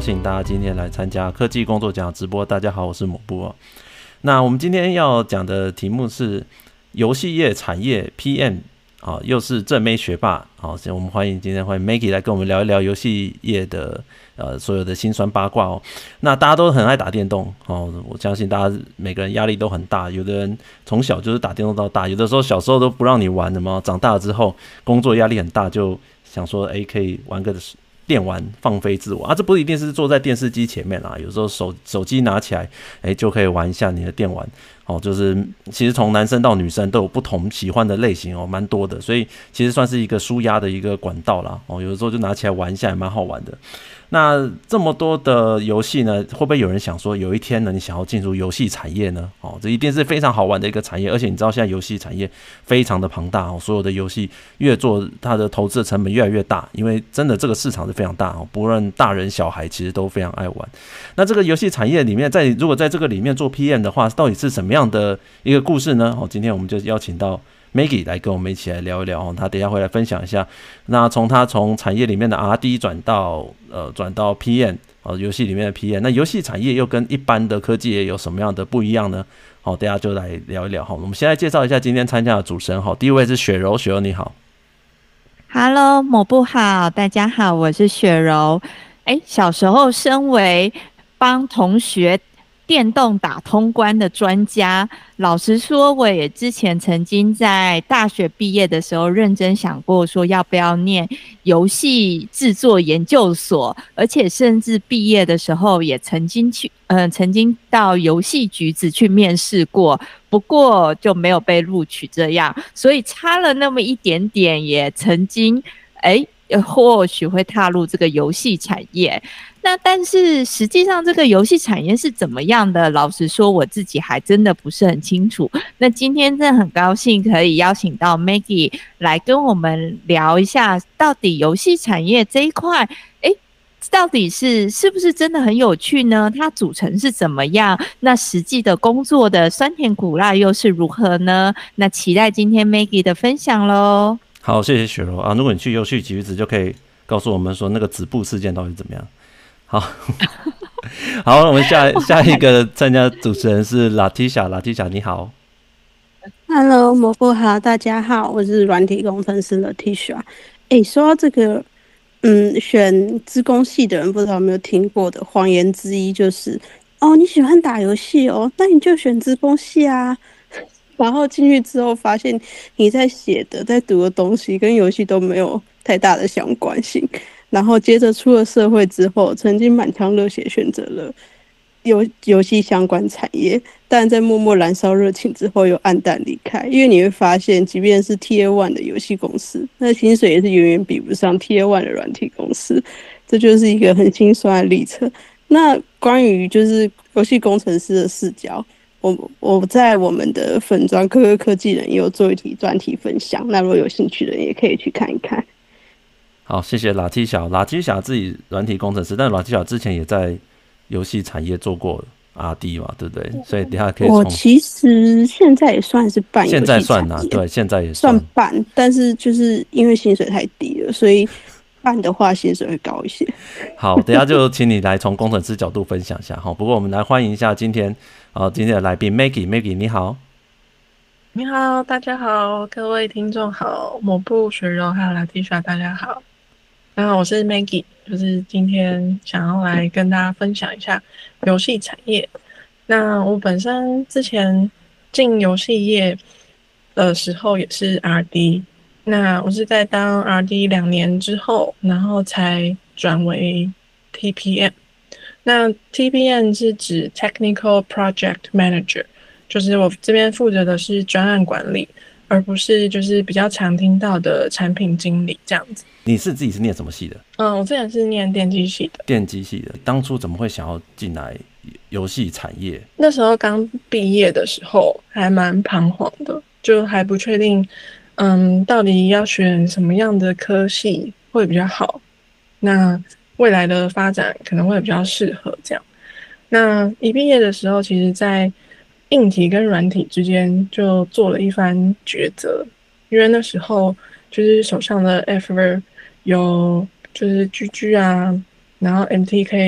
谢大家今天来参加科技工作奖直播。大家好，我是某部。那我们今天要讲的题目是游戏业产业 PM，又是正妹学霸。所以我们今天欢迎 Maggie 来跟我们聊一聊游戏业的所有的辛酸八卦哦。那大家都很爱打电动我相信大家每个人压力都很大，有的人从小就是打电动到大，有的时候小时候都不让你玩的嘛，长大了之后工作压力很大，就想说可以玩个电玩放飞自我这不一定是坐在电视机前面啦，有时候手机拿起来就可以玩一下你的电玩就是其实从男生到女生都有不同喜欢的类型蛮多的，所以其实算是一个抒压的一个管道啦有的时候就拿起来玩一下也蛮好玩的。那这么多的游戏呢，会不会有人想说有一天呢，你想要进入游戏产业呢？这一定是非常好玩的一个产业，而且你知道现在游戏产业非常的庞大所有的游戏越做它的投资的成本越来越大，因为真的这个市场是非常大不论大人小孩其实都非常爱玩。那这个游戏产业里面，如果在这个里面做 PM 的话，到底是什么样的一个故事呢？今天我们就邀请到Maggie 来跟我们一起来聊一聊他等一下会来分享一下。那他从产业里面的 RD 转到 PM 游戏里面的 PM， 那游戏产业又跟一般的科技业有什么样的不一样呢？等一下就来聊一聊我们先来介绍一下今天参加的主持人第一位是雪柔，雪柔你好。 Hello， 某部好，大家好，我是雪柔。小时候身为帮同学电动打通关的专家，老实说，我也之前曾经在大学毕业的时候认真想过，说要不要念游戏制作研究所，而且甚至毕业的时候也曾经到游戏局子去面试过，不过就没有被录取这样，所以差了那么一点点，也曾经或许会踏入这个游戏产业。那但是实际上这个游戏产业是怎么样的，老实说我自己还真的不是很清楚。那今天真的很高兴可以邀请到 Maggie 来跟我们聊一下，到底游戏产业这一块到底是不是真的很有趣呢？它组成是怎么样？那实际的工作的酸甜苦辣又是如何呢？那期待今天 Maggie 的分享咯。 好，谢谢雪柔如果你去游戏局子就可以告诉我们说那个止步事件到底怎么样。好好，我们下一个参加主持人是 Latisha 你好。 Hello， 蘑菇好，大家好，我是软体工程师 Latisha。说到这个选资工系的人不知道有没有听过的谎言之一，就是你喜欢打游戏那你就选资工系啊。然后进去之后发现你在写的在读的东西跟游戏都没有太大的相关性，然后接着出了社会之后，曾经满腔热血选择了游戏相关产业，但在默默燃烧热情之后又黯淡离开。因为你会发现即便是 Tier 1的游戏公司，那薪水也是远远比不上 Tier 1的软体公司，这就是一个很心酸的历程。那关于就是游戏工程师的视角，我在我们的粉专科技人也有做一题专题分享，那如果有兴趣的人也可以去看一看。 好，谢谢Latisha自己软体工程师，但Latisha之前也在游戏产业做过 RD 嘛，对不对？所以等一下可以我其实现在也算是半游戏产业， 现在算对，现在也算半，但是就是因为薪水太低了，所以半的话薪水会高一些。 好，等一下就请你来从工程师角度分享一下不过我们来欢迎一下今天的来宾 Maggie 你好。 你好，大家好，各位听众好，某部雪柔还有Latisha大家好。我是 Maggie， 就是今天想要来跟大家分享一下游戏产业。那我本身之前进游戏业的时候也是 RD， 那我是在当 RD 2年之后，然后才转为 TPM。那 TPM 是指 Technical Project Manager， 就是我这边负责的是专案管理，而不是就是比较常听到的产品经理这样子。 你自己是念什么系的？ 我之前是念电机系的。电机系的，当初怎么会想要进来游戏产业？ 那时候刚毕业的时候还蛮彷徨的，就还不确定到底要选什么样的科系会比较好，那未来的发展可能会比较适合这样。那一毕业的时候，其实在硬体跟软体之间就做了一番抉择，因为那时候就是手上的 F2有就是 GG 啊，然后 MTK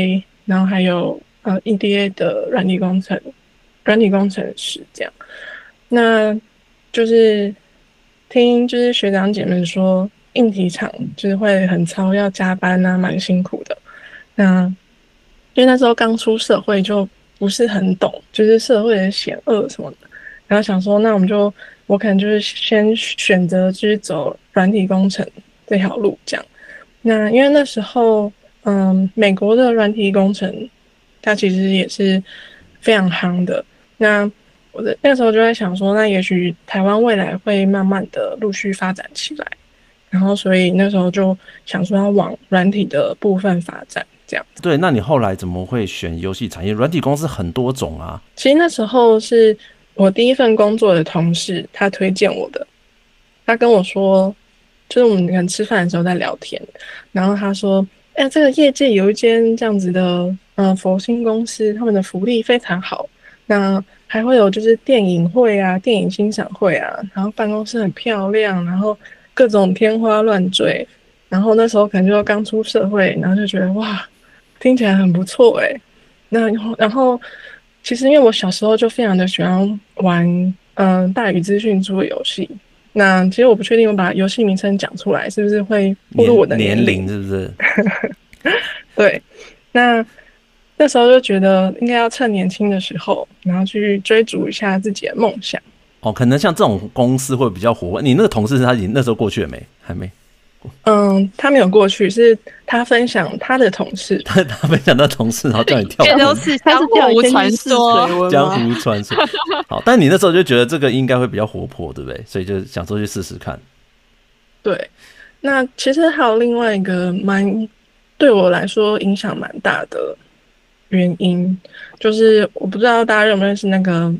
然后还有EDA 的软体工程师这样。那就是听就是学长姐们说，硬体厂就是会很操，要加班啊，蛮辛苦的。那因为那时候刚出社会，就不是很懂，就是社会的险恶什么的。然后想说，那我可能就是先选择就是走软体工程这条路这样。那因为那时候，美国的软体工程，它其实也是非常夯的。那那时候就在想说，那也许台湾未来会慢慢的陆续发展起来。然后所以那时候就想说要往软体的部分发展这样。 对，那你后来怎么会选游戏产业？软体公司很多种啊。 其实那时候是我第一份工作的同事他推荐我的，他跟我说，就是我们可能吃饭的时候在聊天，然后他说，这个业界有一间这样子的佛心公司，他们的福利非常好，那还会有就是电影会啊、电影欣赏会啊，然后办公室很漂亮，然后各种天花乱坠，然后那时候可能就刚出社会，然后就觉得哇，听起来很不错欸。那然后其实因为我小时候就非常的喜欢玩大宇资讯出的游戏。那其实我不确定我把游戏名称讲出来是不是会暴露我的年龄，是不是？ 对，那时候就觉得应该要趁年轻的时候，然后去追逐一下自己的梦想。 哦，可能像这种公司会比较活泼。你那个同事他已经那时候过去了没？还没。 他没有过去，是他分享他的同事， 他分享他同事，然后叫你跳。 这都是江湖传说， 江湖传说。好，但你那时候就觉得这个应该会比较活泼，对不对？所以就想说去试试看。 对，那其实还有另外一个对我来说影响蛮大的原因，就是我不知道大家认不认识那个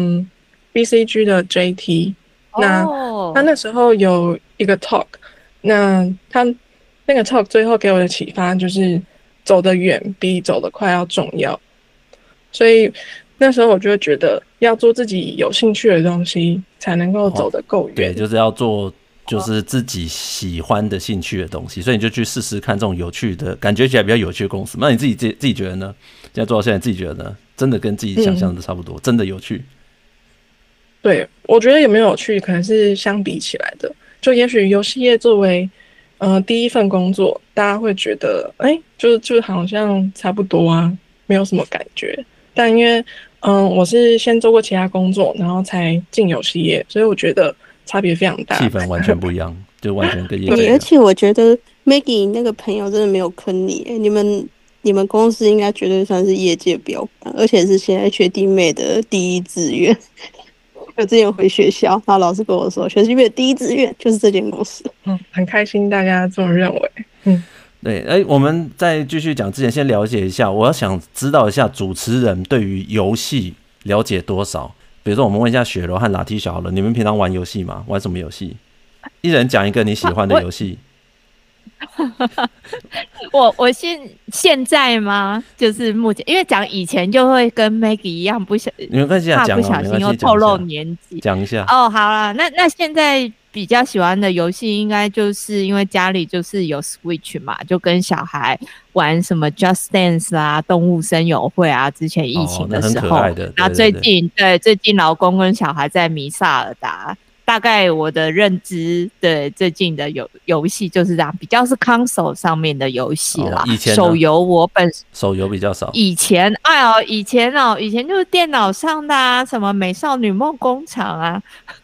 BCG 的 JT，那他那时候有一个 talk， 那他那个 talk 最后给我的启发就是走得远比走得快要重要，所以那时候我就觉得要做自己有兴趣的东西才能够走得够远。 对，就是要做就是自己喜欢的兴趣的东西，所以你就去试试看这种有趣的感觉起来比较有趣的公司。那你自己觉得呢？现在做到现在自己觉得呢？真的跟自己想象的差不多，真的有趣。 对，我觉得有没有趣可能是相比起来的，就也许游戏业作为第一份工作，大家会觉得就好像差不多啊，没有什么感觉。但因为我是先做过其他工作，然后才进游戏业，所以我觉得差别非常大， 气氛完全不一样，就完全跟业界一样。 而且我觉得 Maggie 那个朋友真的没有坑你，你们公司应该绝对算是业界标杆，而且是现在学弟妹的第一志愿。我之前回学校，然后老师跟我说，学弟妹的第一志愿就是这间公司。 很开心大家这么认为。 对，我们在继续讲之前，先了解一下，我要想知道一下主持人对于游戏了解多少。比如说，我们问一下雪柔和拉提小好了，你们平常玩游戏吗？玩什么游戏？一人讲一个你喜欢的游戏。 我现在吗？就是目前，因为讲以前就会跟 Maggie 一样， 你们关系讲， 不小心又透露年纪， 讲一下。 哦，好啦，那现在比较喜欢的游戏，应该就是因为家里就是有 Switch 嘛，就跟小孩玩什么 Just Dance 啊、动物森友会啊，之前疫情的时候， 很可爱的。 然后最近老公跟小孩在迷萨尔达。大概我的认知的最近的游戏就是这样，比较是 console 上面的游戏啦。 以前手游手游比较少。 以前就是电脑上的啊，什么美少女梦工厂啊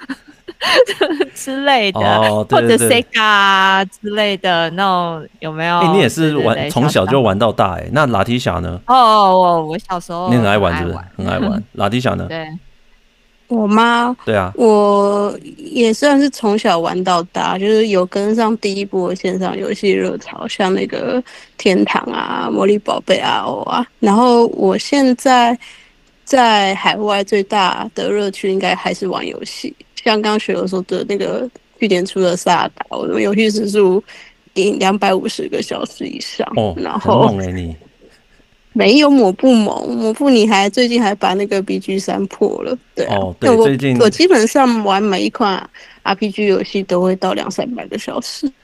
之类的，或者 Sega 啊之类的那种，有没有？ 你也是从小就玩到大那拉提侠呢？ 我小时候你很爱玩是不是？很爱玩。拉提侠呢？ 对。 我吗？ 对啊， 我也算是从小玩到大，就是有跟上第一波线上游戏热潮，像那个天堂啊、魔力宝贝 RO 啊。然后我现在在海外最大的乐趣应该还是玩游戏，像刚学友说的那个去年出的萨达，我的游戏时数赢250个小时以上。然后很猛你。 没有抹布猛，抹布你最近还把那个 BG3 破了，对啊。 对，最近我基本上玩每一款 RPG 游戏都会到200-300个小时。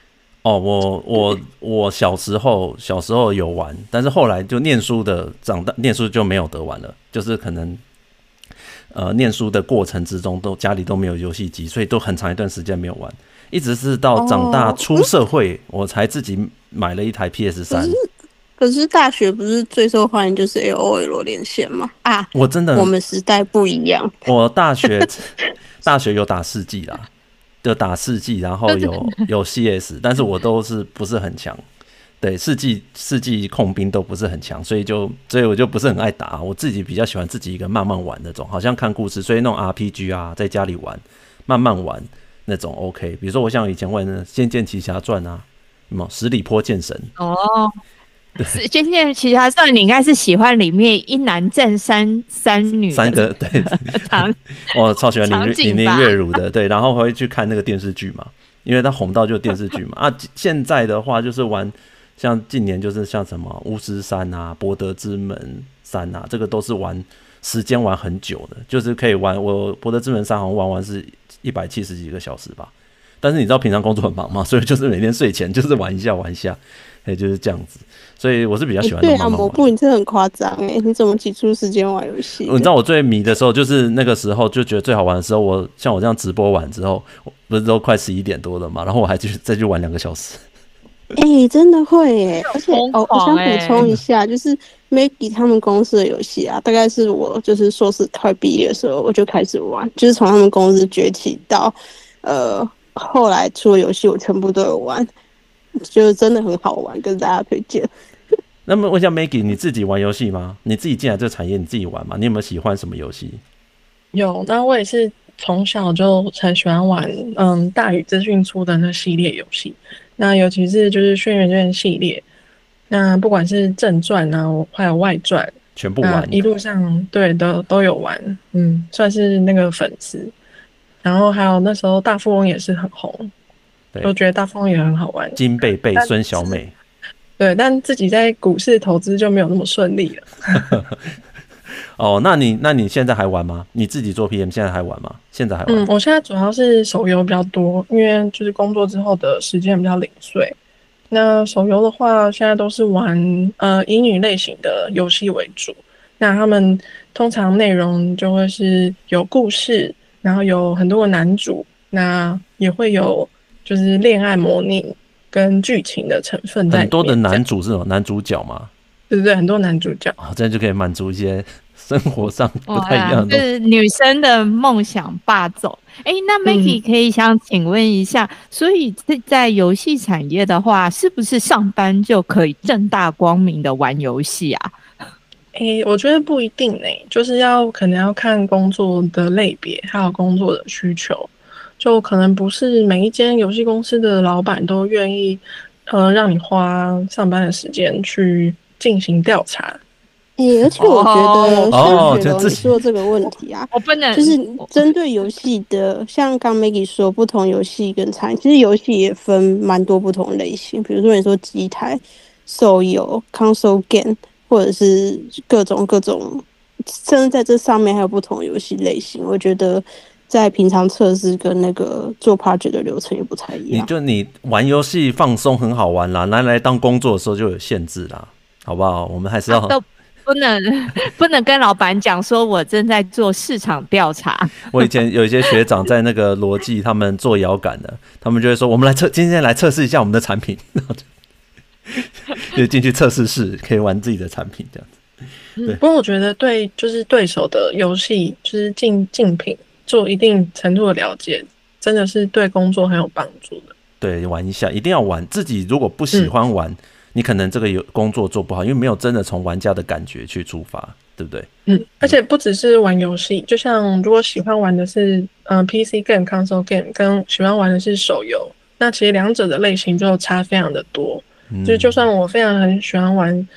哦，我小时候有玩，但是后来就念书的长大，念书就没有得玩了，就是可能念书的过程之中家里都没有游戏机，所以都很长一段时间没有玩，一直是到长大出社会，我才自己买了一台 PS3。 可是大学不是最受欢迎就是 LOL 连线吗？啊， 我真的我们时代不一样。 我大学有打世纪啦。就打世纪，然后有 CS， 但是我都是不是很强，对，世纪控兵都不是很强，所以我就不是很爱打，我自己比较喜欢自己一个慢慢玩那种，好像看故事，所以那种 RPG 啊，在家里玩，慢慢玩那种 OK。比如说我像以前玩的《仙剑奇侠传》啊，什么十里坡剑神哦。《仙剑奇侠传》你应该是喜欢里面一男战三女三个对我超喜欢林月如的，对，然后会去看那个电视剧嘛，因为他红到就电视剧嘛啊。现在的话就是玩像近年就是像什么巫师三啊、博德之门3啊，这个都是时间玩很久的，就是可以玩。我博德之门3好像玩完是170几个小时吧，但是你知道平常工作很忙嘛，所以就是每天睡前就是玩一下，就是这样子。所以我是比较喜欢对啊， 慢慢玩。 蘑菇你真的很夸张哎！你怎么挤出时间玩游戏？ 你知道我最迷的时候，就是那个时候就觉得最好玩的时候，像我这样直播完之后，不是都快11点多了嘛，然后我还再去玩2个小时。 真的会耶！而且我想补充一下，就是 Maggie 他们公司的游戏啊，大概是我就是硕士快毕业的时候我就开始玩，就是从他们公司崛起到后来出的游戏我全部都有玩，就是真的很好玩，跟大家推荐。 那么问一下 Maggie， 你自己玩游戏吗？你自己进来这个产业，你自己玩吗？你有没有喜欢什么游戏？ 有，那我也是从小就很喜欢玩大宇资讯出的那系列游戏，那尤其是就是轩辕剑系列，那不管是正传啊还有外传全部玩， 一路上对都有玩，算是那个粉丝。然后还有那时候大富翁也是很红，我觉得大富翁也很好玩， 金贝贝、孙小美。 对，但自己在股市投资就没有那么顺利了。 哦，那你现在还玩吗？你自己做 PM 现在还玩吗？现在还玩？ 我现在主要是手游比较多，因为就是工作之后的时间比较零碎。那手游的话，现在都是玩乙女类型的游戏为主。那他们通常内容就会是有故事，然后有很多个男主，那也会有就是恋爱模拟跟剧情的成分在里面。 很多的男主是男主角吗？ 对对对，很多男主角。 这样就可以满足一些生活上不太一样的， 就是女生的梦想霸总。那 Maggie 可以想请问一下，所以在游戏产业的话，是不是上班就可以正大光明的玩游戏啊？ 我觉得不一定就是可能要看工作的类别，还有工作的需求。就可能不是每一间游戏公司的老板都愿意，让你花上班的时间去进行调查。 而且我觉得像雪龙你说这个问题啊， 我不能就是针对游戏的，像刚 Maggie 说，不同游戏跟产业，其实游戏也分蛮多不同类型。比如说你说机台、手游、console game， 或者是各种，甚至在这上面还有不同游戏类型。我觉得在平常测试跟那个做 project 的流程也不太一样。 你玩游戏放松很好玩啦，拿来当工作的时候就有限制啦，好不好？我们还是要不能跟老板讲说我正在做市场调查。 我以前有一些学长在那个逻辑他们做摇杆的，他们就会说我们今天来测试一下我们的产品，然后就进去测试室可以玩自己的产品这样子。 不过我觉得就是对手的游戏就是竞品做一定程度的了解，真的是对工作很有帮助的。 对，玩一下一定要玩，自己如果不喜欢玩，你可能这个工作做不好，因为没有真的从玩家的感觉去出发，对不对？ 而且不只是玩游戏，就像如果喜欢玩的是PC game、console game， 跟喜欢玩的是手游，那其实两者的类型就差非常的多。就算我非常很喜欢玩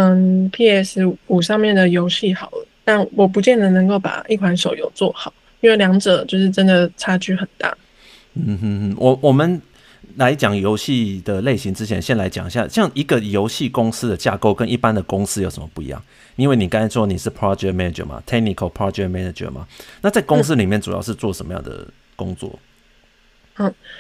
PS5 上面的游戏好了，但我不见得能够把一款手游做好，因为两者就是真的差距很大。 我们来讲游戏的类型之前，先来讲一下，像一个游戏公司的架构跟一般的公司有什么不一样？因为你刚才说你是 project manager 嘛 ，technical project manager 嘛，那在公司里面主要是做什么样的工作？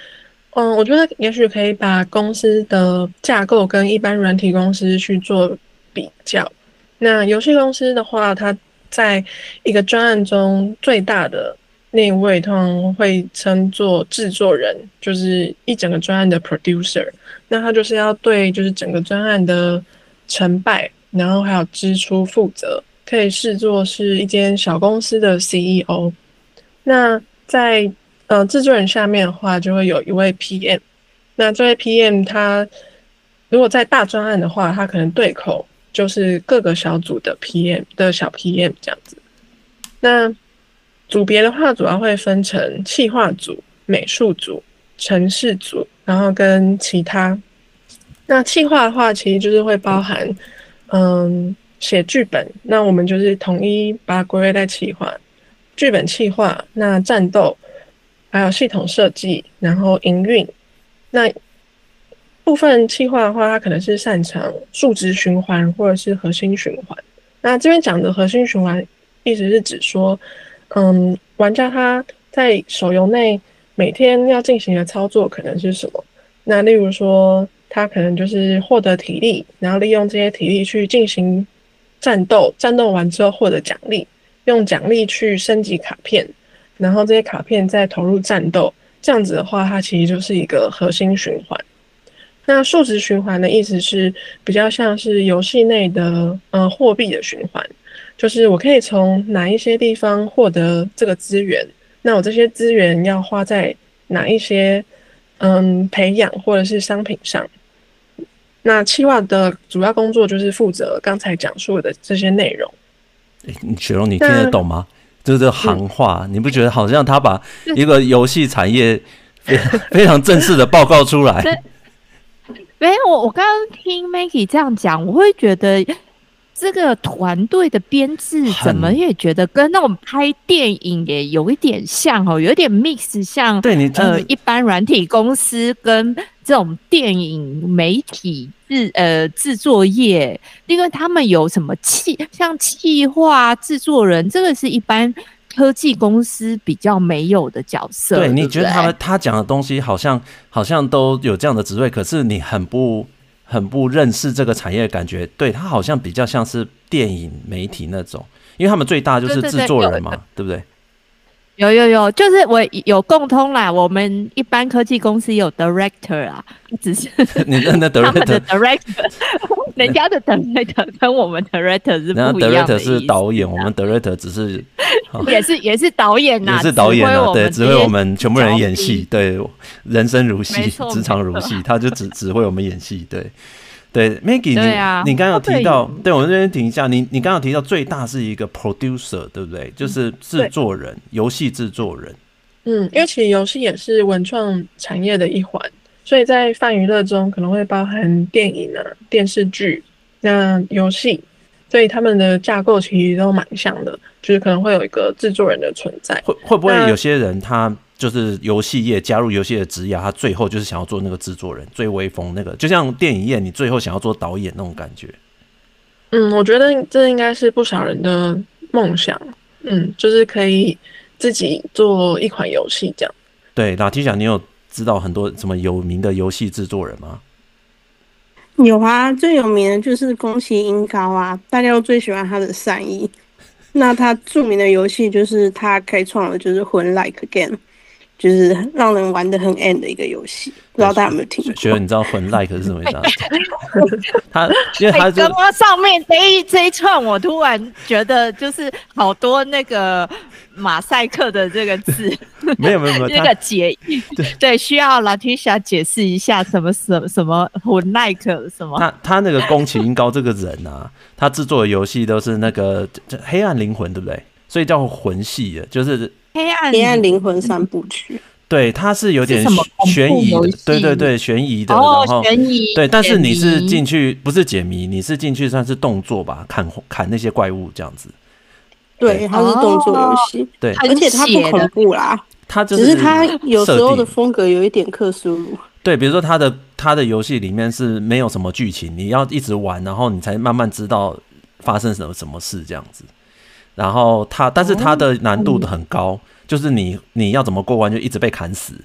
我觉得也许可以把公司的架构跟一般软体公司去做比较。那游戏公司的话，它在一个专案中最大的那一位通常会称作制作人，就是一整个专案的 producer。那他就是要对就是整个专案的成败，然后还有支出负责，可以视作是一间小公司的 CEO。那在制作人下面的话，就会有一位 PM。那这位 PM 他如果在大专案的话，他可能对口就是各个小组的 PM 的小 PM 这样子。那组别的话，主要会分成企划组、美术组、程式组，然后跟其他。那企划的话，其实就是会包含写剧本，那我们就是统一把它归类在企划。剧本企划，那战斗，还有系统设计，然后营运。那部分企划的话，它可能是擅长数值循环或者是核心循环。那这边讲的核心循环，意思是指说，玩家他在手游内每天要进行的操作可能是什么？那例如说，他可能就是获得体力，然后利用这些体力去进行战斗，战斗完之后获得奖励。用奖励去升级卡片，然后这些卡片再投入战斗，这样子的话，它其实就是一个核心循环。那数值循环的意思是比较像是游戏内的货币的循环，就是我可以从哪一些地方获得这个资源，那我这些资源要花在哪一些培养或者是商品上。那企划的主要工作就是负责刚才讲述的这些内容。 雪蓉，你听得懂吗？就是这个行话，你不觉得好像他把一个游戏产业非常正式的报告出来？ 没有，我刚刚听 Maggie 这样讲，我会觉得这个团队的编制怎么也觉得跟那种拍电影也有一点像哦，有点 mix 像对你一般软体公司跟这种电影媒体制作业，因为他们有什么像企划制作人，这个是一般科技公司比较没有的角色。 对，你对觉得他讲的东西好像都有这样的职位，可是你很不认识这个产业的感觉。对，他好像比较像是电影媒体那种，因为他们最大就是制作人嘛，对不对？ 有，就是我有共通啦。我们一般科技公司有 director 啊，只是你的那 director， 他们的 director， 人家的 director 跟我们 director 是不一样的意思。 director 是导演，我们 director 只是也是导演呐， 也是导演啊，对，指挥我们全部人演戏，对，人生如戏，职场如戏，他就指挥我们演戏，对。对 ，Maggie， 你刚刚有提到，对我们这边停一下，你刚刚有提到最大是一个 producer， 对不对？就是制作人，游戏制作人。 因为其实游戏也是文创产业的一环，所以在泛娱乐中可能会包含电影啊、电视剧、那游戏，所以他们的架构其实都蛮像的，就是可能会有一个制作人的存在。 会不会有些人他就是游戏业加入游戏的职业，他最后就是想要做那个制作人，最威风那个，就像电影业，你最后想要做导演那种感觉。 我觉得这应该是不少人的梦想。就是可以自己做一款游戏这样。 对，Latisha，你有知道很多什么有名的游戏制作人吗？ 有啊，最有名的就是宫崎英高啊，大家都最喜欢他的善意。那他著名的游戏就是他开创的就是魂 Like Game， 就是让人玩得很 end 的一个游戏，不知道大家有没有听过？ 学你知道魂 Like 是什么意思吗？因为他刚刚上面这一串，我突然觉得就是好多那个马赛克的这个字， 没有那个解译，对，需要 Latisha 解释一下什么魂 Like 什么？ 他那个宫崎英高这个人啊，他制作的游戏都是那个黑暗灵魂，对不对？所以叫魂系的，就是黑暗灵魂3部曲。 对，它是有点悬疑的，对，悬疑的，然后悬疑， 对，但是你是进去不是解谜，你是进去算是动作吧，砍那些怪物这样子。 对，它是动作游戏， 对， 而且它不恐怖啦， 它就是只是它有时候的风格有一点克苏鲁。 对，比如说它的游戏里面是没有什么剧情，你要一直玩，然后你才慢慢知道发生什么事这样子。然后但是它的难度很高。就是你要怎么过关就一直被砍死，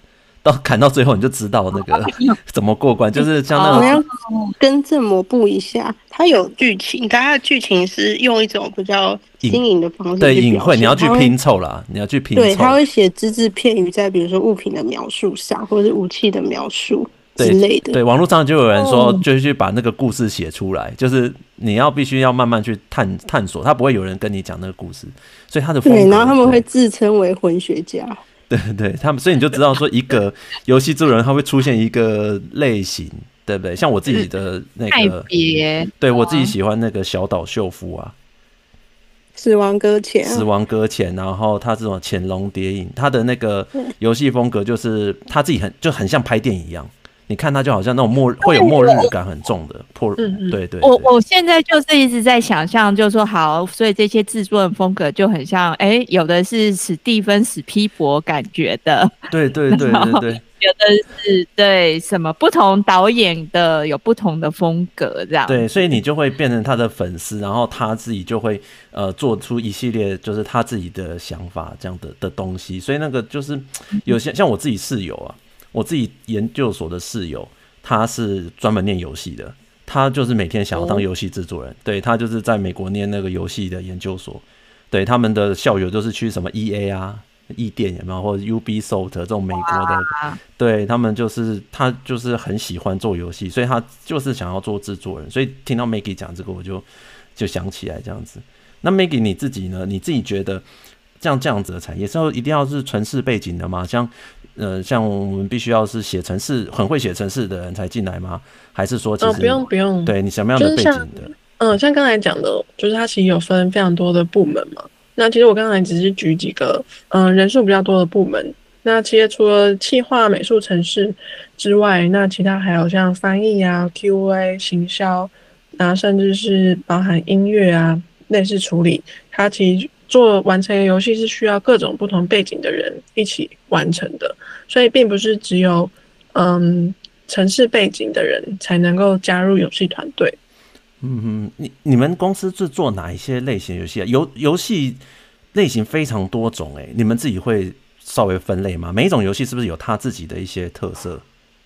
砍到最后你就知道那个怎么过关，就是像那种我要更正抹布一下，它有剧情，但它的剧情是用一种比较新颖的方式对去表现隐晦，你要去它会拼凑啦，你要去拼对，它凑。 会写只字片语在比如说物品的描述上，或者是武器的描述之对类的。 对，网络上就有人说， 哦就是去把那个故事写出来，就是你必须要慢慢去探索，他不会有人跟你讲那个故事，所以他的风格。 对，然后他们会自称为混学家。 对对，他们所以你就知道说，一个游戏制作人他会出现一个类型，对不对？像我自己的那派个， 别， 对我自己喜欢那个小岛秀夫啊， 死亡搁浅、 死亡搁浅，然后他这种潜龙谍影，他的那个游戏风格就是他自己很像拍电影一样，你看他就好像那种会有末日感很重的对对对， 我现在就是一直在想象，就是说好，所以这些制作人风格就很像，有的是史蒂芬史皮博感觉的， 对对对对对。 有的是对什么不同导演的有不同的风格这样。 对，所以你就会变成他的粉丝，然后他自己就会做出一系列就是他自己的想法这样的东西，所以那个就是有些像我自己室友啊，我自己研究所的室友，他是专门念游戏的，他就是每天想要当游戏制作人，对，他就是在美国念那个游戏的研究所，对，他们的校友都是去什么 EA 啊。异电有没有，或者 Ubisoft 这种美国的，对，他就是很喜欢做游戏，所以他就是想要做制作人。所以听到 Maggie 讲这个，我就想起来这样子。那 Maggie 你自己呢？你自己觉得这样子的产业，是一定要是程式背景的吗？像我们必须要是写程式很会写程式的人才进来吗？还是说其实不用， 对你什么样的背景的？ 像刚才讲的，就是它其实有分非常多的部门嘛。那其实我刚才只是举几个人数比较多的部门。那其实除了企划、美术、程式之外，那其他还有像翻译啊、QA、行销，那甚至是包含音乐啊、类似处理，它其实完成一个游戏是需要各种不同背景的人一起完成的，所以并不是只有程式背景的人才能够加入游戏团队。 你们公司是做哪一些类型游戏啊？游戏类型非常多种你们自己会稍微分类吗？每一种游戏是不是有它自己的一些特色？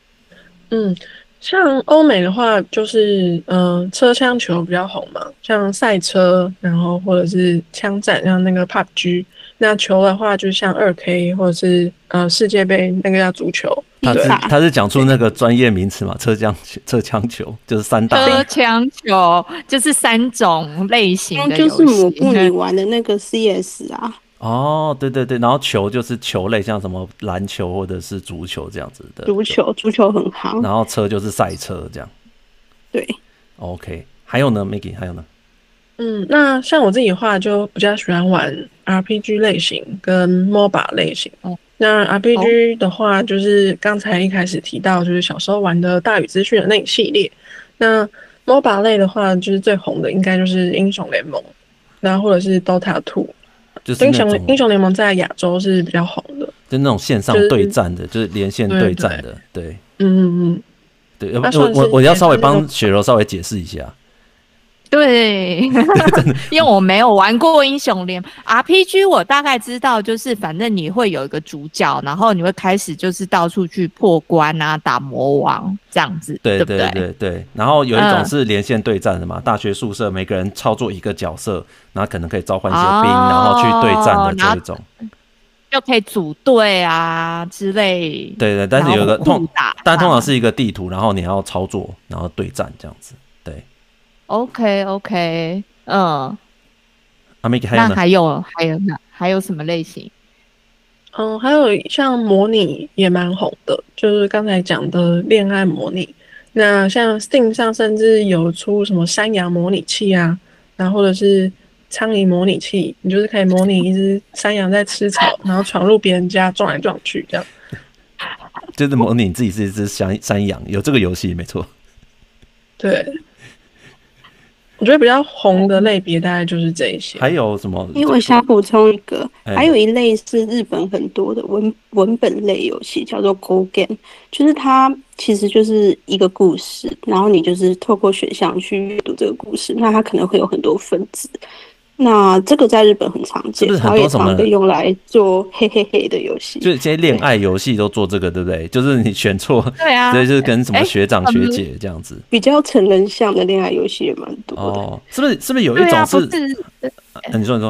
像欧美的话，就是车枪球比较红嘛，像赛车，然后或者是枪战，像那个 PUBG。那球的话，就像2K 或者是世界杯那个叫足球。 他是讲出那个专业名词嘛？车枪球就是三大。 车枪球就是3种类型的游戏， 就是抹布你玩的那个 CS 啊。 哦，对对对，然后球就是球类，像什么篮球或者是足球这样子的。 足球很行。 然后车就是赛车这样。 对。 OK， 还有呢 ，Maggie， 还有呢？ 那像我自己的话，就比较喜欢玩 RPG 类型跟 MOBA 类型。那 RPG 的话，就是刚才一开始提到，就是小时候玩的大宇资讯的那一系列。那 MOBA 类的话，就是最红的应该就是英雄联盟，那或者是 Dota 2。 就是英雄联盟在亚洲是比较红的， 就那种线上对战的，就是连线对战的，对。对，我要稍微帮雪柔稍微解释一下。 对，因为我没有玩过英雄联盟 RPG， 我大概知道，就是反正你会有一个主角，然后你会开始就是到处去破关啊，打魔王这样子， 对不对？ 对对对。然后有一种是连线对战的嘛，大学宿舍每个人操作一个角色，然后可能可以召唤一些兵，然后去对战的这一种， 就可以组队啊之类。 对对，但是有个但通常是一个地图，然后你要操作，然后对战这样子，对。 OK， 那还有什么类型？ 还有像模拟也蛮红的，就是刚才讲的恋爱模拟。那像 Steam 上甚至有出什么山羊模拟器啊，然后或者是苍蝇模拟器，你就是可以模拟一只山羊在吃草，然后闯入别人家撞来撞去这样。 就是模拟你自己是一只山羊，有这个游戏没错。 对。我觉得比较红的类别大概就是这一些。 还有什么？ 因为我想补充一个，还有一类是日本很多的文本类游戏，叫做 Go Game， 就是它其实就是一个故事，然后你就是透过选项去阅读这个故事，那它可能会有很多分支。 那这个在日本很常见， 是不是很然后也多什么常被用来做嘿嘿嘿的游戏。 就是这些恋爱游戏都做这个，对不对？就是你选错， 对啊， 对，就是跟什么学长学姐这样子。 比较成人向的恋爱游戏也蛮多的。 哦，是不是有一对啊， 种不是你说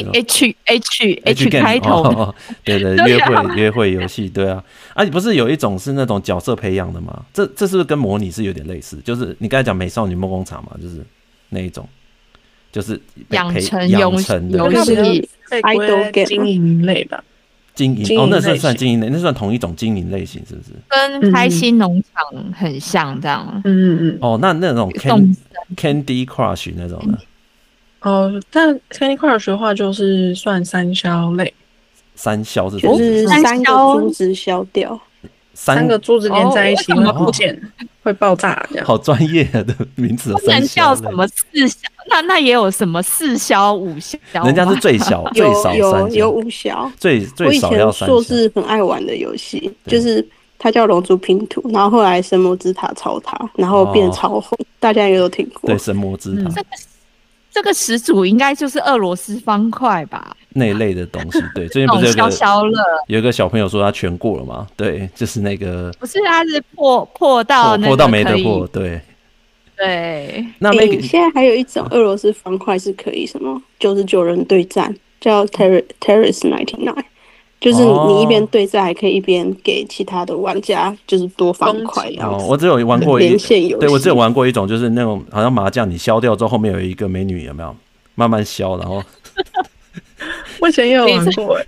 H 开头的， 对对， 对啊约会游戏，对啊，不是有一种是那种角色培养的吗？这是不是跟模拟是有点类似？就是你刚才讲美少女梦工厂嘛，就是那一种，就是养成的游戏被归类经营类吧。 经营哦，那是算经营类，那算同一种经营类型，是不是？ 跟开心农场很像，这样。 哦，那种 Candy Crush 那种的。 哦，但 Candy Crush 的话就是算三消类。 三消是什么？ 就是三个珠子消掉， 三个珠子连在一起会不见，会爆炸这样。 好专业的名词， 不能叫什么四消，那也有什么四消、五消？ 人家是最小最少三消， 有五消， 最少要三消。 我以前硕士很爱玩的游戏，就是它叫龙珠拼图，然后后来神魔之塔抄它，然后变超红，大家也有听过。 对，神魔之塔。 这个始祖应该就是俄罗斯方块吧？ 那一类的东西，对，最近不是有一个小朋友说他全过了嘛？对，就是那个不是，他是破到没得破，对。那现在还有一种俄罗斯方块是可以什么99人对战，叫 Terrorist 99，就是你一边对战还可以一边给其他的玩家就是多方块这样子。 我只有玩过连线游戏， 对，我只有玩过一种，就是那种好像麻将，你消掉之后后面有一个美女，有没有？慢慢消，然后我以前也有玩过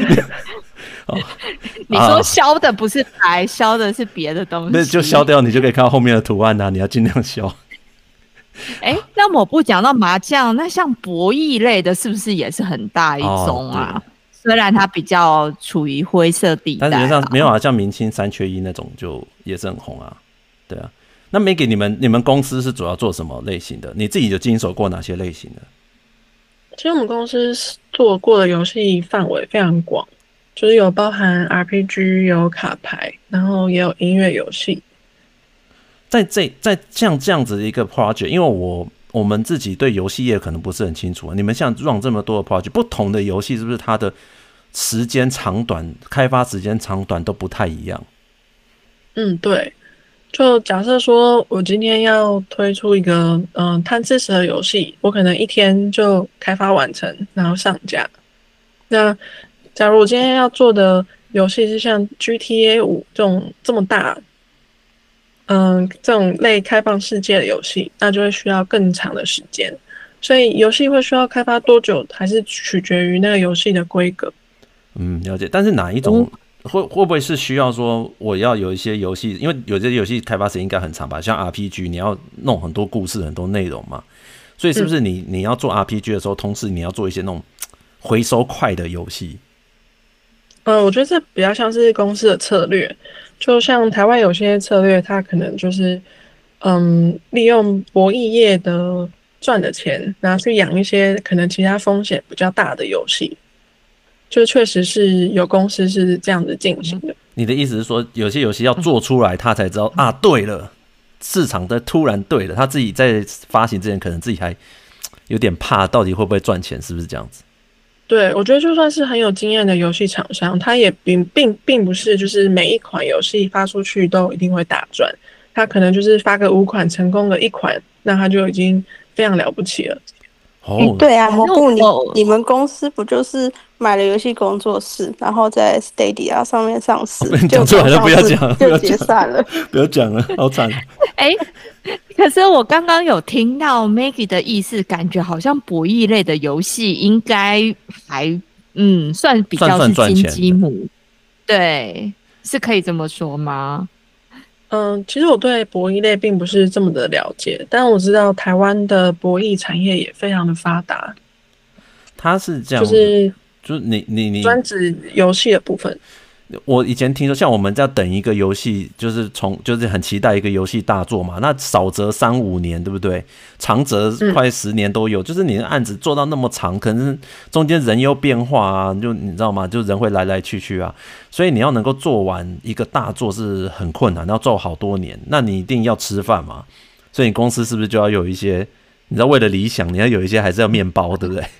你说消的不是牌，消的是别的东西， 那就消掉，你就可以看到后面的图案啊，你要尽量消。 那我不讲到麻将，那像博弈类的，是不是也是很大一种啊？虽然它比较处于灰色地带， 但是像没有像明清3缺1那种就也是很红啊，对啊。那Maggie，你们公司是主要做什么类型的？你自己有经手过哪些类型的？ 其实我们公司做过的游戏范围非常广，就是有包含 RPG， 有卡牌，然后也有音乐游戏。 在像这样子的一个 project， 因为我们自己对游戏业可能不是很清楚，你们像 run 这么多的 project， 不同的游戏是不是它的时间长短、开发时间长短都不太一样？ 对。就假设说我今天要推出一个贪吃蛇的游戏，我可能一天就开发完成，然后上架。那假如我今天要做的游戏是像 GTA 5这么大，这种类开放世界的游戏，那就会需要更长的时间。所以游戏会需要开发多久，还是取决于那个游戏的规格。 了解。但是哪一种？会不会是需要说我要有一些游戏，因为有些游戏开发时间应该很长吧，像 RPG 你要弄很多故事很多内容嘛，所以是不是你要做 RPG 的时候，同时你要做一些那种回收快的游戏？ 我觉得这比较像是公司的策略，就像台湾有些策略，它可能就是利用博弈业的赚的钱，拿去养一些可能其他风险比较大的游戏。就确实是有公司是这样子进行的。 你的意思是说，有些游戏要做出来，他才知道啊，对了，市场的突然对了，他自己在发行之前，可能自己还有点怕，到底会不会赚钱，是不是这样子？ 对，我觉得就算是很有经验的游戏厂商，他也并不是就是每一款游戏发出去都一定会大赚，他可能就是发个5款，成功的1款，那他就已经非常了不起了。 对啊，蘑菇，你们公司不就是买了游戏工作室，然后在 Stadia 上面上市， 讲出来了，不要讲， 就解散了， 不要讲了，好惨。 可是我刚刚有听到 Maggie 的意思，感觉好像博弈类的游戏应该还算比较是金鸡母，对，是可以这么说吗？ 其实我对博弈类并不是这么的了解，但我知道台湾的博弈产业也非常的发达。 它是这样，就是你专指游戏的部分。 我以前听说，像我们在等一个游戏，就是很期待一个游戏大作嘛，那少则3-5年，对不对？长则快10年都有。就是你的案子做到那么长，可能中间人又变化啊，就你知道吗？就人会来来去去啊，所以你要能够做完一个大作是很困难，要做好多年，那你一定要吃饭嘛。所以你公司是不是就要有一些，你知道为了理想，你要有一些还是要面包，对不对？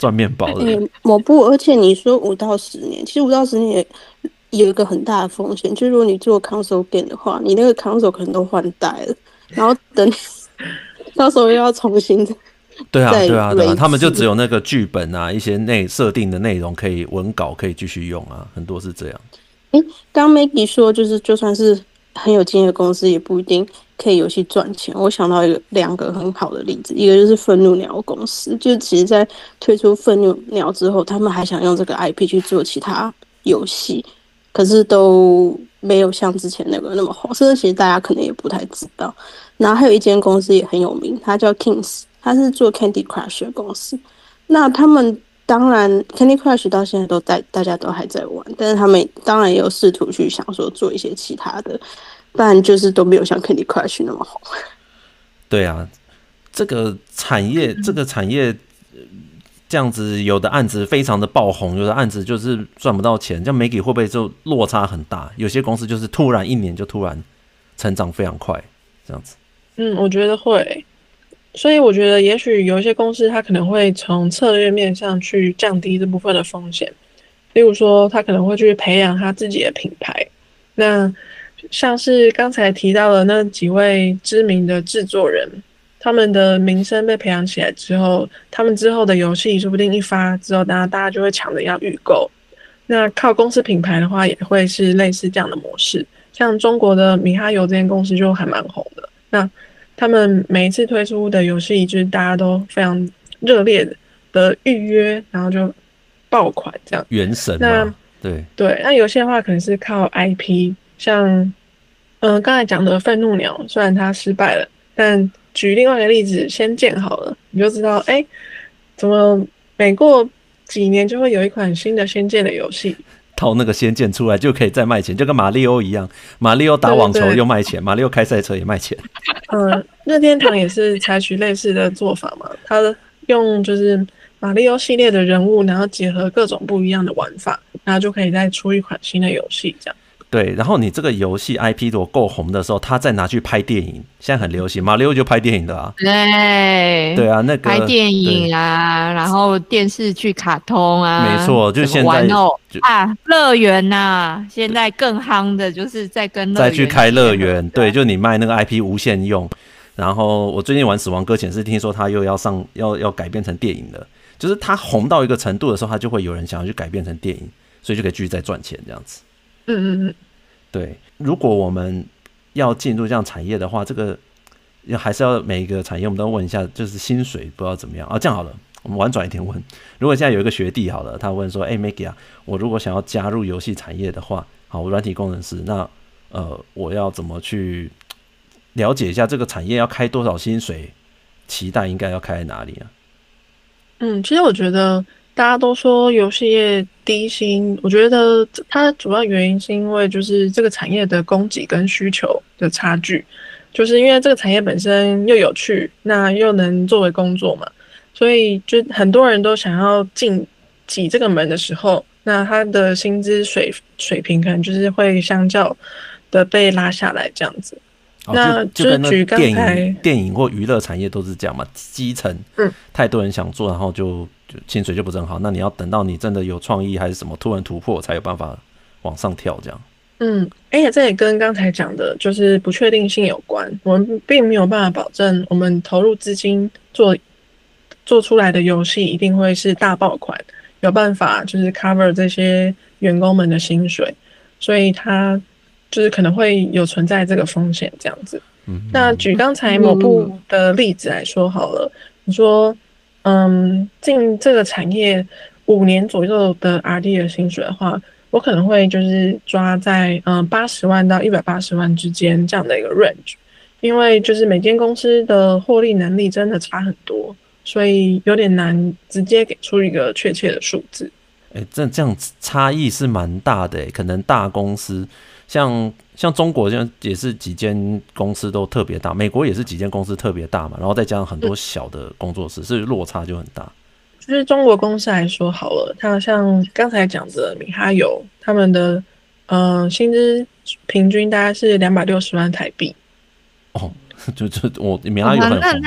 赚面包的。 某部，而且你说5到10年，其实5到10年有一个很大的风险，就是如果你做 console game 的话，你那个 console 可能都换代了，然后等到时候又要重新对啊， 再对啊，对啊， 累他们就只积有那个剧本啊，一些设定的内容可以文稿可以继续用啊，很多是这样。 刚 Maggie 说，就是就算是很有经验的公司，也不一定可以游戏赚钱。我想到两个很好的例子，一个就是愤怒鸟公司，就其实在推出愤怒鸟之后，他们还想用这个 IP 去做其他游戏，可是都没有像之前那个那么红，甚至其实大家可能也不太知道。然后还有一间公司也很有名，它叫 Kings， 它是做 Candy Crush 的公司。那他们当然 Candy Crush 到现在大家都还在玩，但是他们当然也有试图去想说做一些其他的，但就是都没有像 Candy Crush 那么红。 对啊，这个产业这样子，有的案子非常的爆红，有的案子就是赚不到钱，这样 Maggie 会不会就落差很大？有些公司就是突然1年就突然成长非常快，这样子。 我觉得会。所以我觉得也许有一些公司它可能会从策略面上去降低这部分的风险，例如说他可能会去培养他自己的品牌。那像是刚才提到的那几位知名的制作人，他们的名声被培养起来之后，他们之后的游戏说不定一发之后，大家就会抢着要预购。那靠公司品牌的话，也会是类似这样的模式。像中国的米哈游这间公司就还蛮红的。那他们每一次推出的游戏，就是大家都非常热烈的预约，然后就爆款这样。 原神那嘛，对， 那游戏的话可能是靠 IP， 像刚才讲的愤怒鸟，虽然它失败了，但举另外一个例子，仙剑好了，你就知道，怎么每过几年就会有一款新的仙剑的游戏。 套那个仙剑出来就可以再卖钱，就跟马里奥一样，马里奥打网球又卖钱，马里奥开赛车也卖钱。 任天堂也是采取类似的做法嘛，它用就是马里奥系列的人物，然后结合各种不一样的玩法，然后就可以再出一款新的游戏这样。 对，然后你这个游戏 IP 如果够红的时候，他再拿去拍电影，现在很流行，马里奥就拍电影的啊。 对啊，那个拍电影啊，然后电视剧、卡通啊， 没错，就现在玩偶啊，乐园呐，现在更夯的就是在跟乐园再去开乐园，对，就你卖那个 IP 无限用。然后我最近玩《死亡搁浅》是听说他又要改编成电影了，就是他红到一个程度的时候，他就会有人想要去改编成电影，所以就可以继续再赚钱这样子。对，如果我们要进入这样产业的话，这个还是要每一个产业我们都问一下，就是薪水不知道怎么样啊。这样好了，我们婉转一点问，如果现在有一个学弟好了，他问说，Maggie 啊，我如果想要加入游戏产业的话，好，我软体工程师，那我要怎么去了解一下这个产业要开多少薪水，期待应该要开在哪里啊？ 其实我觉得大家都说游戏业低薪，我觉得它主要原因是因为就是这个产业的供给跟需求的差距，就是因为这个产业本身又有趣，那又能作为工作嘛，所以就很多人都想要挤这个门的时候，那他的薪资水平可能就是会相较的被拉下来这样子。那就跟那举刚才电影或娱乐产业都是这样嘛，基层太多人想做，然后就薪水就不是很好。那你要等到你真的有创意还是什么突然突破，才有办法往上跳这样。 而且这也跟刚才讲的就是不确定性有关，我们并没有办法保证我们投入资金做出来的游戏一定会是大爆款，有办法就是 cover 这些员工们的薪水，所以它就是可能会有存在这个风险这样子。那举刚才某部的例子来说好了，你说进这个产业5年左右的 RD 的薪水的话，我可能会就是抓在80万到180万之间这样的一个 range， 因为就是每间公司的获利能力真的差很多，所以有点难直接给出一个确切的数字。 这样差异是蛮大的，可能大公司像中国也是几间公司都特别大，美国也是几间公司特别大嘛，然后再加上很多小的工作室，所以落差就很大。 就是中国公司来说好了，它像刚才讲的米哈游，他们的薪资平均大概是260万台币。 就我米哈游很红， 那不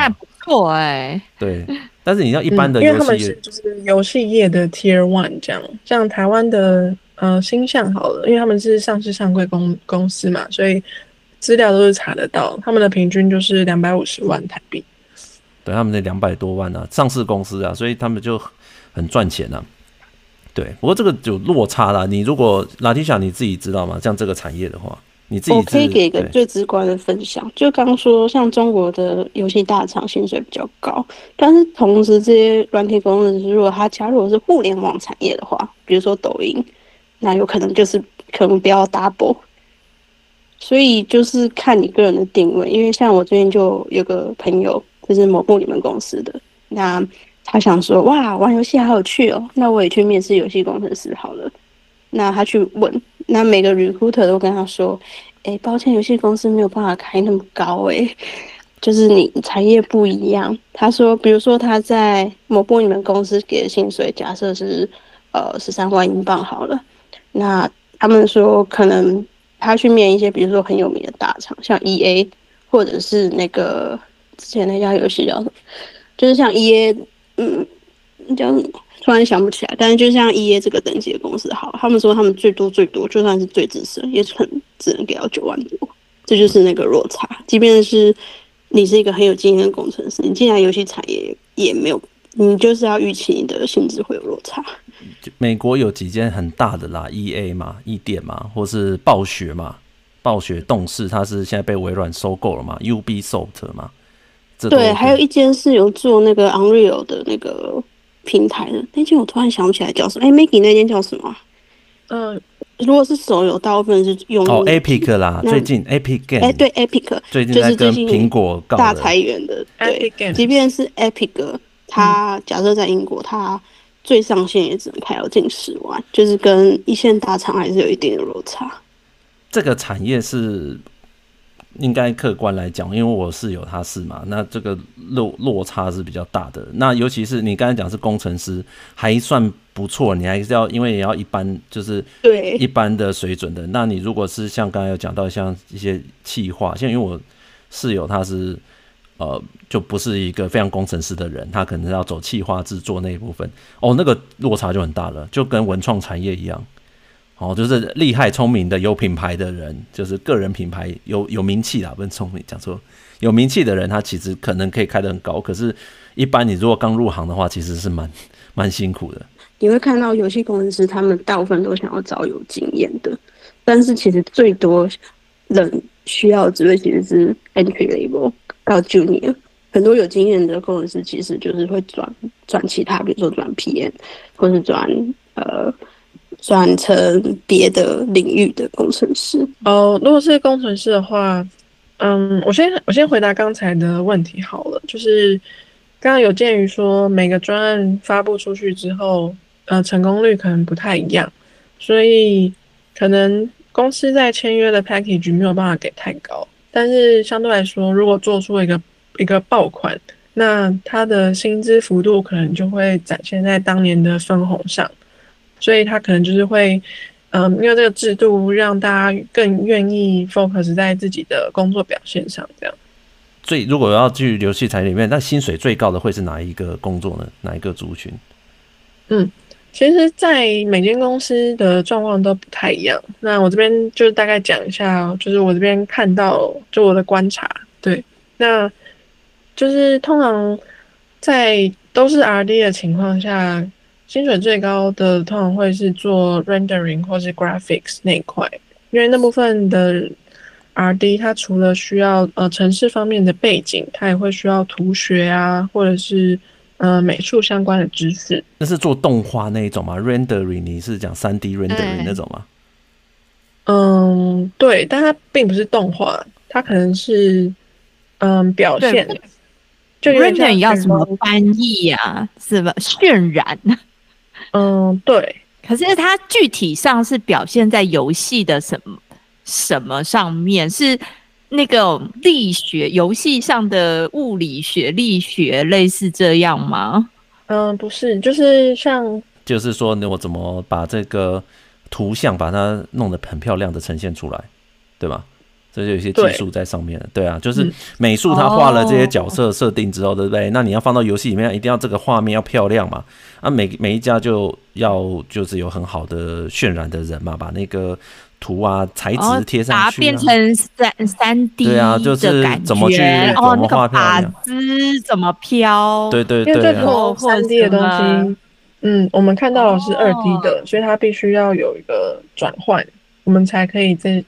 错哎。 对，但是你要一般的因为他游戏业， 们是就是游戏业的 Tier One 这样，像台湾的星象好了，因为他们是上市上柜公司嘛，所以资料都是查得到，他们的平均就是250万台币。 对他们的200多万啊，上市公司啊，所以他们就很赚钱啊。对，不过这个有落差啦。你如果Latisha你自己知道吗？像这个产业的话，你自己我可以给一个对最直观的分享，就刚说像中国的游戏大厂薪水比较高，但是同时这些软体工程师如果他加入的是互联网产业的话，比如说抖音，那有可能就是可能不要 double。所以就是看你个人的定位，因为像我最近就有个朋友，就是某部你们公司的，那他想说，哇，玩游戏好有趣哦，那我也去面试游戏工程师好了。那他去问，那每个 recruiter 都跟他说，抱歉，游戏公司没有办法开那么高，就是你产业不一样。他说，比如说他在某部你们公司给的薪水，假设是13万英镑好了，那他们说可能他去面一些，比如说很有名的大厂，像 EA 或者是那个之前那家游戏叫什么，就是像 EA，叫什么？突然想不起来，但是就像 EA 这个等级的公司好，他们说他们最多就算是最资深，也可能只能给到9万多，这就是那个落差。即便是你是一个很有经验的工程师，你进来游戏产业也没有，你就是要预期你的薪资会有落差。 美国有几间很大的啦，EA 嘛，易电嘛，或是暴雪嘛，暴雪动视它是现在被微软收购了嘛，Ubisoft 嘛， 对，还有一间是有做那个 Unreal 的那个平台的，那间我突然想不起来叫什么。Maggie 那间叫什么？如果是手游，大部分是用 Epic 啦，最近 Epic Game， 对 Epic， 最近在跟苹果告大裁员的，对，即便是 Epic， 它假设在英国，它最上限也只能开到近10万，就是跟一线大厂还是有一定的落差。 这个产业是。应该客观来讲，因为我室友他是嘛，那这个落差是比较大的。那尤其是你刚才讲是工程师，还算不错，你还是要因为也要一般就是一般的水准的。那你如果是像刚才有讲到像一些企划，像因为我室友他是就不是一个非常工程师的人，他可能要走企划制作那一部分，那个落差就很大了，就跟文创产业一样。就是厉害聪明的有品牌的人，就是个人品牌有名气啦，不是聪明讲错，有名气的人他其实可能可以开得很高，可是一般你如果刚入行的话，其实是蛮辛苦的。 你会看到游戏工程师他们大部分都想要找有经验的，但是其实最多人需要的职位其实是 entry level 到 junior， 很多有经验的工程师其实就是会转其他，比如说转 PM 或是转成别的领域的工程师。 如果是工程师的话，我先回答刚才的问题好了，就是刚刚有鉴于说每个专案发布出去之后，成功率可能不太一样，所以可能公司在签约的 package 没有办法给太高，但是相对来说，如果做出一个爆款，那它的薪资幅度可能就会展现在当年的分红上。所以他可能就是会，因为这个制度让大家更愿意 focus 在自己的工作表现上，这样。 所以如果要去游戏产业里面，那薪水最高的会是哪一个工作呢？哪一个族群？ 其实，在每间公司的状况都不太一样。那我这边就大概讲一下，就是我这边看到，就我的观察，对，那就是通常在都是 R&D 的情况下。薪水最高的通常会是做 rendering 或是 graphics 那一块，因为那部分的 R&D 它除了需要程式方面的背景，它也会需要图学啊，或者是美术相关的知识。 那是做动画那一种吗 ？rendering 你是讲3D rendering 那种吗？ 对，但它并不是动画，它可能是表现。 就 rendering 要怎么翻译啊？什么渲染？ 对。 可是它具体上是表现在游戏的什么上面？是那个力学，游戏上的物理学、力学类似这样吗？ 不是，就是说我怎么把这个图像把它弄得很漂亮的呈现出来，对吧？ 这就有一些技术在上面了。对啊，就是美术他画了这些角色设定之后，对不对？那你要放到游戏里面，一定要这个画面要漂亮嘛。啊，每一家就是有很好的渲染的人嘛，把那个图啊材质贴上去、 变成3D 对啊，就是怎么去怎么画漂亮， 那个发丝怎么飘， 对对对，因为这种 3D 的东西，我们看到的是2D 的，所以它必须要有一个转换，我们才可以在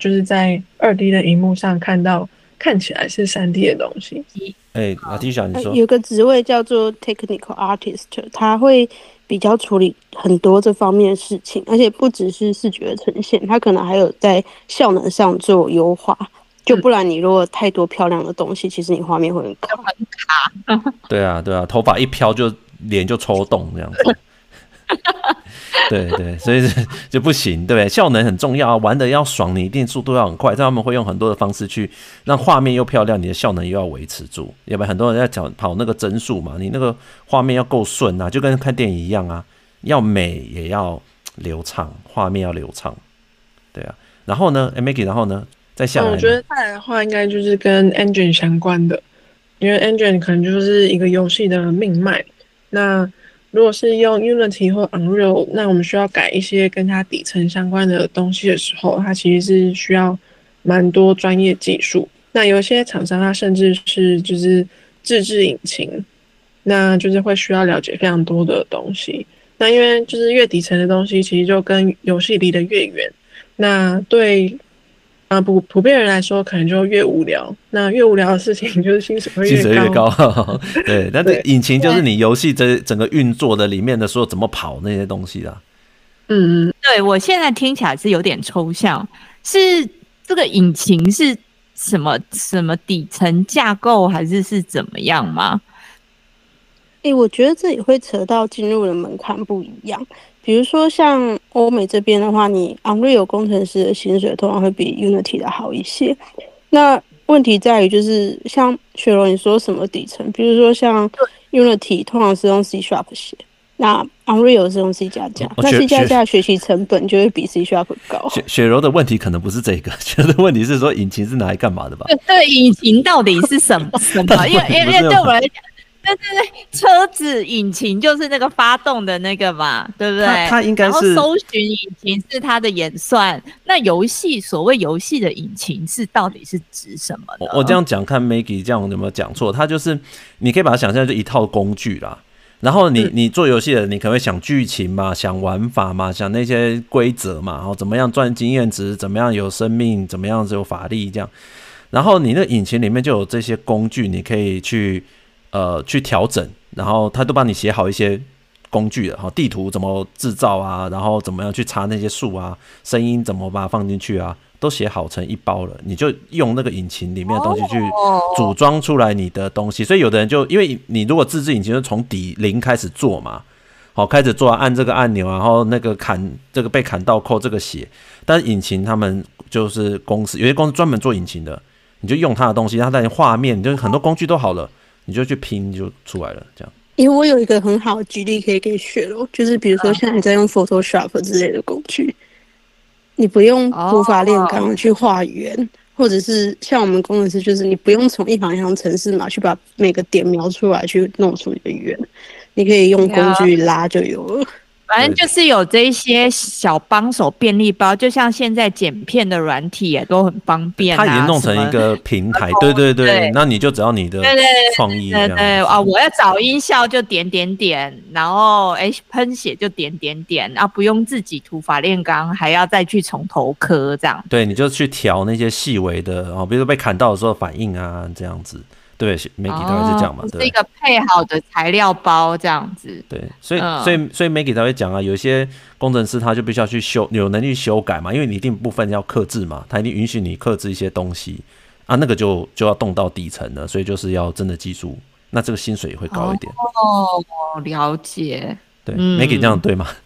2D 的荧幕上看起来是3D 的东西。 Latisha 你说有个职位叫做 technical artist， 他会比较处理很多这方面的事情，而且不只是视觉的呈现，他可能还有在效能上做优化。就不然你如果太多漂亮的东西，其实你画面会很卡。 对啊，头发一飘就脸就抽动这样子。对对，所以就不行，对不对？效能很重要啊，玩的要爽，你一定速度要很快。他们会用很多的方式去让画面又漂亮，你的效能又要维持住。要不然很多人在跑那个帧数嘛，你那个画面要够顺啊，就跟看电影一样啊，要美也要流畅，画面要流畅。对啊，然后呢 Maggie 然后呢？再下来我觉得再来的话，应该就是跟 engine 相关的，因为 engine 可能就是一个游戏的命脉。那如果是用 Unity 或 Unreal， 那我们需要改一些跟它底层相关的东西的时候，它其实是需要蛮多专业技术。那有些厂商它甚至是就是自制引擎，那就是会需要了解非常多的东西。那因为就是越底层的东西，其实就跟游戏离得越远。那对普遍人来说，可能就越无聊。那越无聊的事情，就是薪水会越高。 对，但是引擎就是你游戏整个运作的里面的所有怎么跑那些东西啦。 对，我现在听起来是有点抽象，是这个引擎是什么底层架构，还是怎么样吗？ 我觉得这也会扯到进入的门槛不一样。比如说像欧美这边的话，你 Unreal 工程师的薪水通常会比 Unity 的好一些。那问题在于就是像雪柔你说什么底层，比如说像 Unity 通常是用 C# 写，那 Unreal 是用 C++，那 C++ 的学习成本就会比 C# 高。 雪柔的问题可能不是这个，雪柔的问题是说引擎是拿来干嘛的吧？ 对，引擎到底是什么？因为对我来讲。对，车子引擎就是那个发动的那个嘛，对不对？ 它应该是。然后搜寻引擎是它的演算。那所谓游戏的引擎到底是指什么呢？ 我这样讲，看 Maggie 这样有没有讲错？它就是你可以把它想象就一套工具啦。然后你做游戏的，你可能会想剧情嘛，想玩法嘛，想那些规则嘛，然后怎么样赚经验值，怎么样有生命，怎么样有法力这样。然后你那引擎里面就有这些工具，你可以去调整，然后他都帮你写好一些工具了，地图怎么制造啊，然后怎么样去插那些树啊，声音怎么把它放进去啊，都写好成一包了，你就用那个引擎里面的东西去组装出来你的东西。所以有的人就因为你如果自制引擎就从零开始做嘛，开始做按这个按钮，然后那个这个被砍到扣这个写，但是引擎他们就是公司，有些公司专门做引擎的，你就用它的东西，它在画面就是很多工具都好了。你就去拼就出来了，这样。 因为我有一个很好的举例可以给雪柔，就是比如说像你在用 Photoshop 之类的工具，你不用土法炼钢去画圆，或者是像我们工程师，就是你不用从一行一行程式码去把每个点描出来去弄出一个圆，你可以用工具拉就有了。 反正就是有这些小帮手便利包，就像现在剪片的软体也都很方便， 它已经弄成一个平台，对，那你就只要你的创意， 对我要找音效就点，然后喷血就点，不用自己土法炼钢，还要再去从头磕这样。 对，你就去调那些细微的比如说被砍到的时候反应啊，这样子。对 ，Maggie 大概是这样嘛，对， 是一个配好的材料包这样子。 对，所以 Maggie 才会讲啊，有些工程师他就必须要去有能力修改嘛，因为你一定部分要客制嘛，他一定允许你客制一些东西啊，那个就要动到底层了，所以就是要真的技术，那这个薪水也会高一点。 了解。 对，Maggie 这样对吗？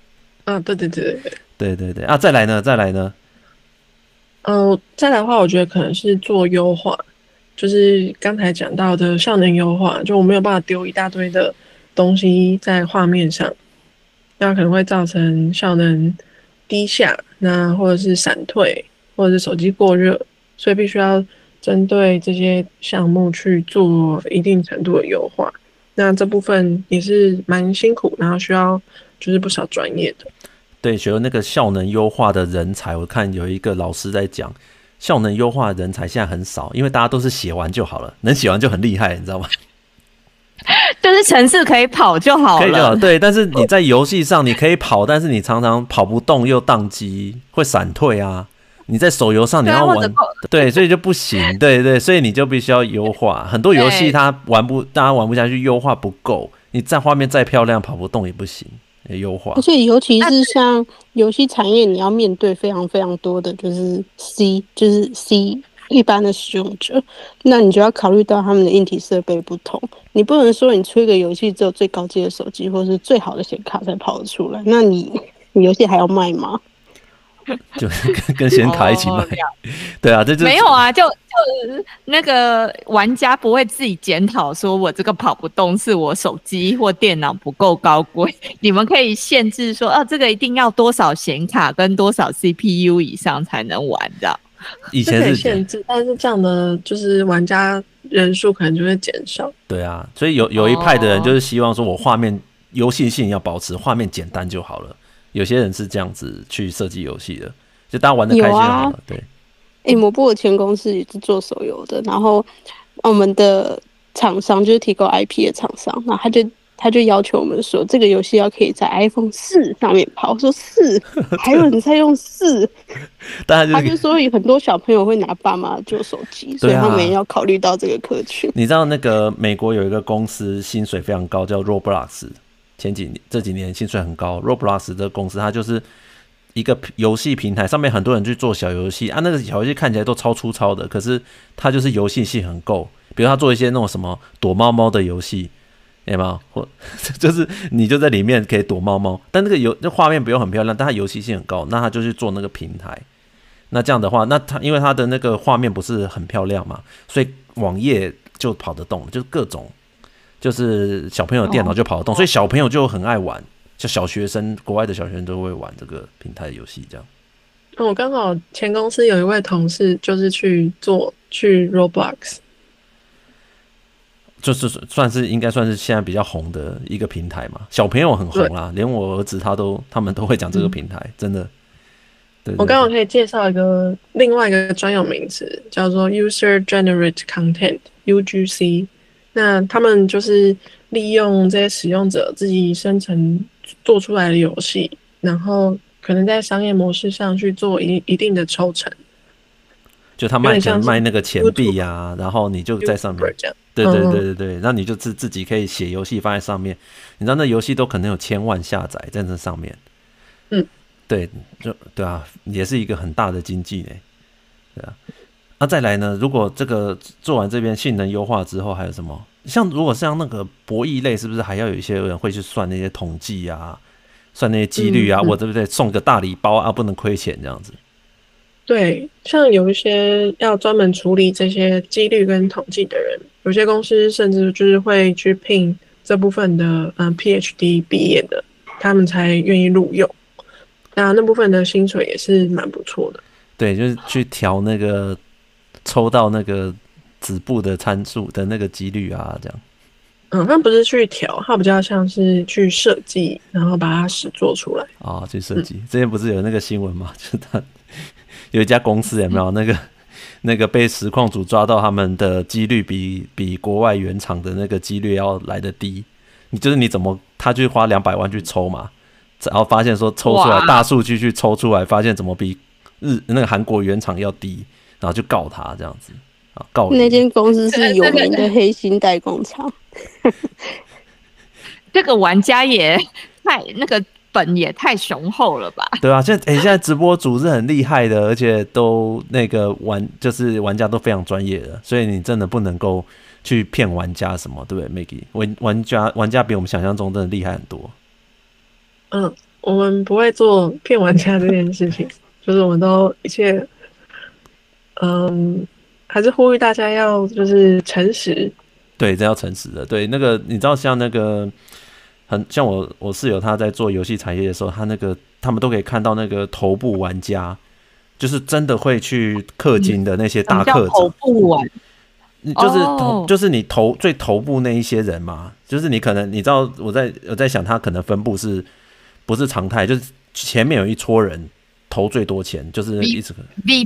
对啊，再来呢？再来的话，我觉得可能是做优化。就是刚才讲到的效能优化，就我没有办法丢一大堆的东西在画面上，那可能会造成效能低下，那或者是闪退，或者是手机过热， 所以必须要针对这些项目去做一定程度的优化。那这部分也是蛮辛苦，然后需要就是不少专业的。 对，学了那个效能优化的人才，我看有一个老师在讲，效能优化的人才现在很少，因为大家都是写完就好了，能写完就很厉害，你知道吗？ 就是程式可以跑就好了， 可以就好。对，但是你在游戏上你可以跑，但是你常常跑不动又宕机，会闪退啊。你在手游上你要玩，对，所以就不行。对对，所以你就必须要优化。很多游戏它大家玩不下去，优化不够，你在画面再漂亮跑不动也不行。优化， 而且尤其是像游戏产业，你要面对非常非常多的就是 C 一般的使用者，那你就要考虑到他们的硬体设备不同，你不能说你出一个游戏只有最高阶的手机或是最好的显卡才跑得出来，那你游戏还要卖吗？ 就跟显卡一起卖，对啊，这就没有啊，就那个玩家不会自己检讨说我这个跑不动是我手机或电脑不够高贵，你们可以限制说，这个一定要多少显卡跟多少 CPU 以上才能玩的。 以前是限制，但是这样的就是玩家人数可能就会减少。 对啊，所以有一派的人就是希望说我画面游戏性要保持，画面简单就好了。有些人是这样子去设计游戏的，就大家玩得开心就好了。对， 某部的前公司也是做手游的，然后我们的厂商就是提供 IP 的厂商，然后他就要求我们说，这个游戏要可以在 iPhone 4上面跑。我说4，还有人在用4，他就说有很多小朋友会拿爸妈的旧手机，所以他们也要考虑到这个客群。 你知道那个美国有一个公司薪水非常高，叫 Roblox。这几年薪水很高 ，Roblox 这个公司它就是一个游戏平台，上面很多人去做小游戏啊，那个小游戏看起来都超粗糙的，可是它就是游戏性很够。比如他做一些那种什么躲猫猫的游戏，有没有？或就是你就在里面可以躲猫猫，但那画面不用很漂亮，但它游戏性很高，那他就去做那个平台。那这样的话，那因为它的那个画面不是很漂亮嘛，所以网页就跑得动，就是各种。就是小朋友的电脑就跑得动，所以小朋友就很爱玩，就小学生，国外的小学生都会玩这个平台的游戏，这样。 我刚好前公司有一位同事就是去 Roblox， 就是应该算是现在比较红的一个平台嘛，小朋友很红啦，连我儿子他们都会讲这个平台，真的。对， 我刚好可以介绍另外一个专有名词，叫做 User Generate Content（UGC）。那他们就是利用这些使用者自己生成做出来的游戏，然后可能在商业模式上去做一定的抽成。 就他卖那个钱币啊，然后你就在上面，对，那你就自己可以写游戏放在上面。你知道那游戏都可能有1000万下载在这上面，对啊，也是一个很大的经济呢，对啊。那再来呢？如果这个做完这边性能优化之后，还有什么？如果像那个博弈类，是不是还要有一些人会去算那些统计啊，算那些几率啊？我对不对？送个大礼包啊，不能亏钱这样子。 对，像有一些要专门处理这些几率跟统计的人，有些公司甚至就是会去聘这部分的PhD 毕业的，他们才愿意录用。那部分的薪水也是蛮不错的。 对，就是去调那个抽到那个子部的参数的那个几率啊，这样。 他不是去调，他比较像是去设计，然后把它实做出来。 去设计。之前不是有那个新闻吗？就是他有一家公司有没有那个被实况组抓到，他们的几率比国外原厂的那个几率要来得低。你怎么他就花200万去抽嘛，然后发现说抽出来大数据去抽出来，发现怎么比那个韩国原厂要低，然后就告他这样子。告那间公司是有名的黑心代工厂。 这个玩家也那个本也太雄厚了吧？ 对啊，现在直播主是很厉害的，而且都那个就是玩家都非常专业的，所以你真的不能够去骗玩家什么，对不对 ？Maggie， 玩家比我们想象中真的厉害很多。 我们不会做骗玩家这件事情，就是我们都一切，还是呼吁大家要就是诚实。 对，这要诚实的。对，那个你知道像那个像我室友他在做游戏产业的时候，他们都可以看到那个头部玩家就是真的会去氪金的那些大氪者， 投不完， 就是你最头部那一些人嘛，就是你可能你知道我在想他可能分布是不是常态，就是前面有一撮人投最多钱，就是一直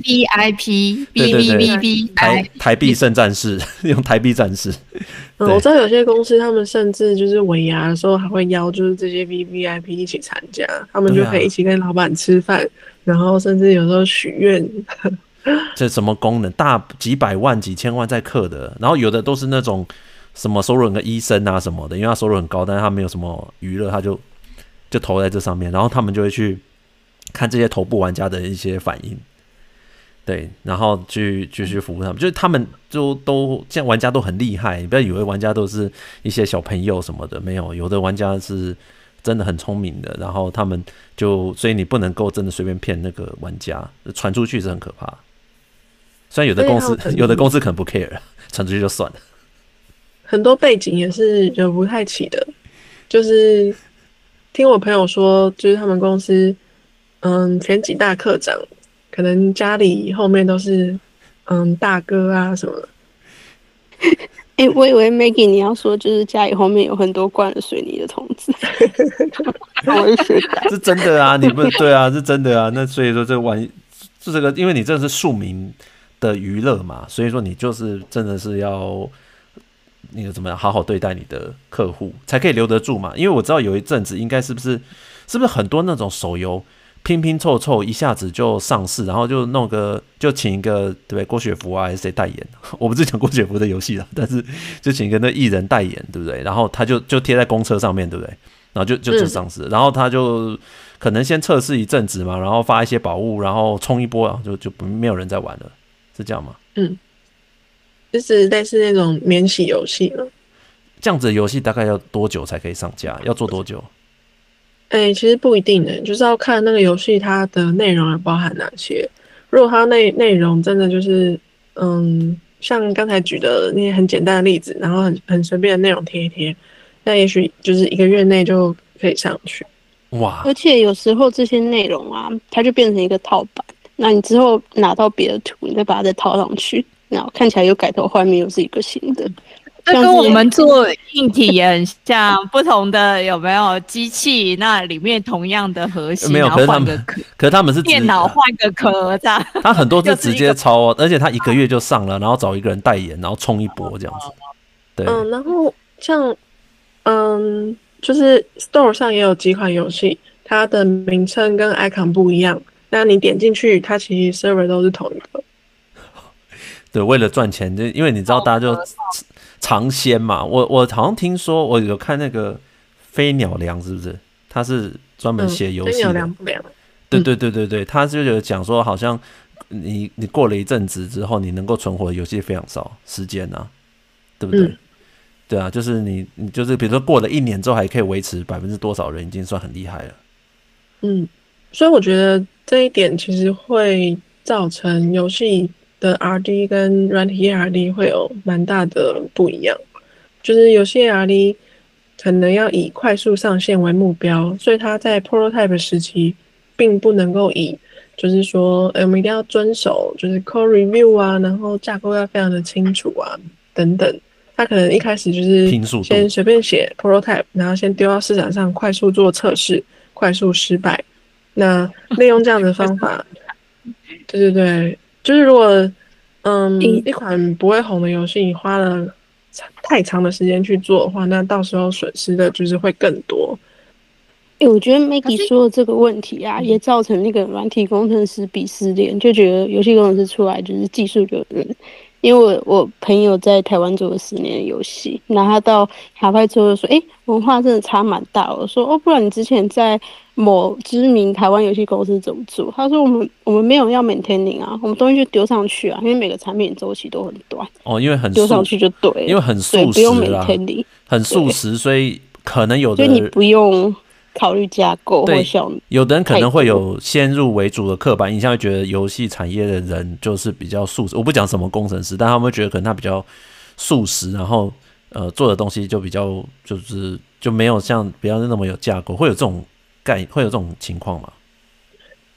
VVIP 对对对 VVVV 台币圣战士用台币战士。 我知道有些公司他们甚至就是尾牙的时候还会邀就是这些 VVIP 一起参加，他们就可以一起跟老板吃饭，然后甚至有时候许愿。 这什么功能？几百万、几千万在氪的，然后有的都是那种什么收入很高医生啊什么的，因为他收入很高，但是他没有什么娱乐，他就投在这上面，然后他们就会去看这些头部玩家的一些反应，对，然后去服务他们，就是他们就都现在玩家都很厉害，你不要以为玩家都是一些小朋友什么的，没有，有的玩家是真的很聪明的，然后他们所以你不能够真的随便骗那个玩家，传出去是很可怕。虽然有的公司可能不 care， 传出去就算了。 很多背景也是惹不太起的，就是听我朋友说，就是他们公司，前几大科长，可能家里后面都是，大哥啊什么的。 我以为 Maggie 你要说就是家里后面有很多灌了水泥的桶子，我也学到是真的啊，你不对啊，是真的啊。那所以说这个，因为你这是庶民的娱乐嘛，所以说你就是真的是要那个怎么样好好对待你的客户，才可以留得住嘛。因为我知道有一阵子应该是不是很多那种手游拼拼凑凑一下子就上市，然后就请一个对不对郭雪芙啊还是谁代言？我不是讲郭雪芙的游戏啦，但是就请一个那艺人代言，对不对？然后他就贴在公车上面，对不对？然后就上市，然后他就可能先测试一阵子嘛，然后发一些宝物，然后冲一波，然后就没有人在玩了，是这样吗？ 就是类似那种免洗游戏了。 这样子的游戏大概要多久才可以上架？要做多久？ 其实不一定的，就是要看那个游戏它的内容有包含哪些。如果它内容真的就是，像刚才举的那些很简单的例子，然后很随便的内容贴一贴，那也许就是1个月内就可以上去。 哇！ 而且有时候这些内容啊，它就变成一个套版，那你之后拿到别的图，你再把它再套上去，然后看起来又改头换面，又是一个新的。 这跟我们做硬体也很像，不同的有没有机器？那里面同样的核心， 没有， 然后换个壳， 可是他们是电脑换个壳这样。 他很多是直接抄哦，而且他1个月就上了，然后找一个人代言，然后冲一波这样子。对， 然后像就是 Store 上也有几款游戏，它的名称跟 icon 不一样，那你点进去，它其实 server 都是同一个。 对，为了赚钱，就因为你知道大家就尝鲜嘛。我好像听说，我有看那个飞鸟良，是不是？他是专门写游戏的。飞鸟良不良。对，他就有讲说，好像你过了一阵子之后，你能够存活的游戏非常少，时间啊，对不对？对啊，就是你就是比如说过了1年之后还可以维持多少人，已经算很厉害了。 所以我觉得这一点其实会造成游戏的 RD 跟软体业 RD 会有蛮大的不一样。就是游戏 RD 可能要以快速上线为目标，所以它在 prototype 时期并不能够以就是说我们一定要遵守就是 code review 啊，然后架构要非常的清楚啊等等。他可能一开始就是先随便写 prototype， 然后先丢到市场上快速做测试，快速失败。那利用这样的方法，对，就是如果一款不会红的游戏，你花了太长的时间去做的话，那到时候损失的就是会更多。 我觉得 Maggie 说的这个问题啊，也造成那个软体工程师鄙视链，就觉得游戏工程师出来就是技术流人。因为我朋友在台湾做了10年的游戏，然后他到海外之后就说，文化真的差蛮大。我说，不然你之前在某知名台湾游戏公司怎么做？他说，我们没有要 maintaining 啊，我们东西就丢上去啊，因为每个产品周期都很短。 因为很丢上去就对了， 因为很速食， 不用 maintaining， 很速食，所以可能有的， 所以你不用考虑架构或效率。 有的人可能会有先入为主的刻板印象，会觉得游戏产业的人就是比较速食。我不讲什么工程师，但他们会觉得可能他比较速食，然后做的东西就比较就没有像比较那么有架构，会有这种情况吗？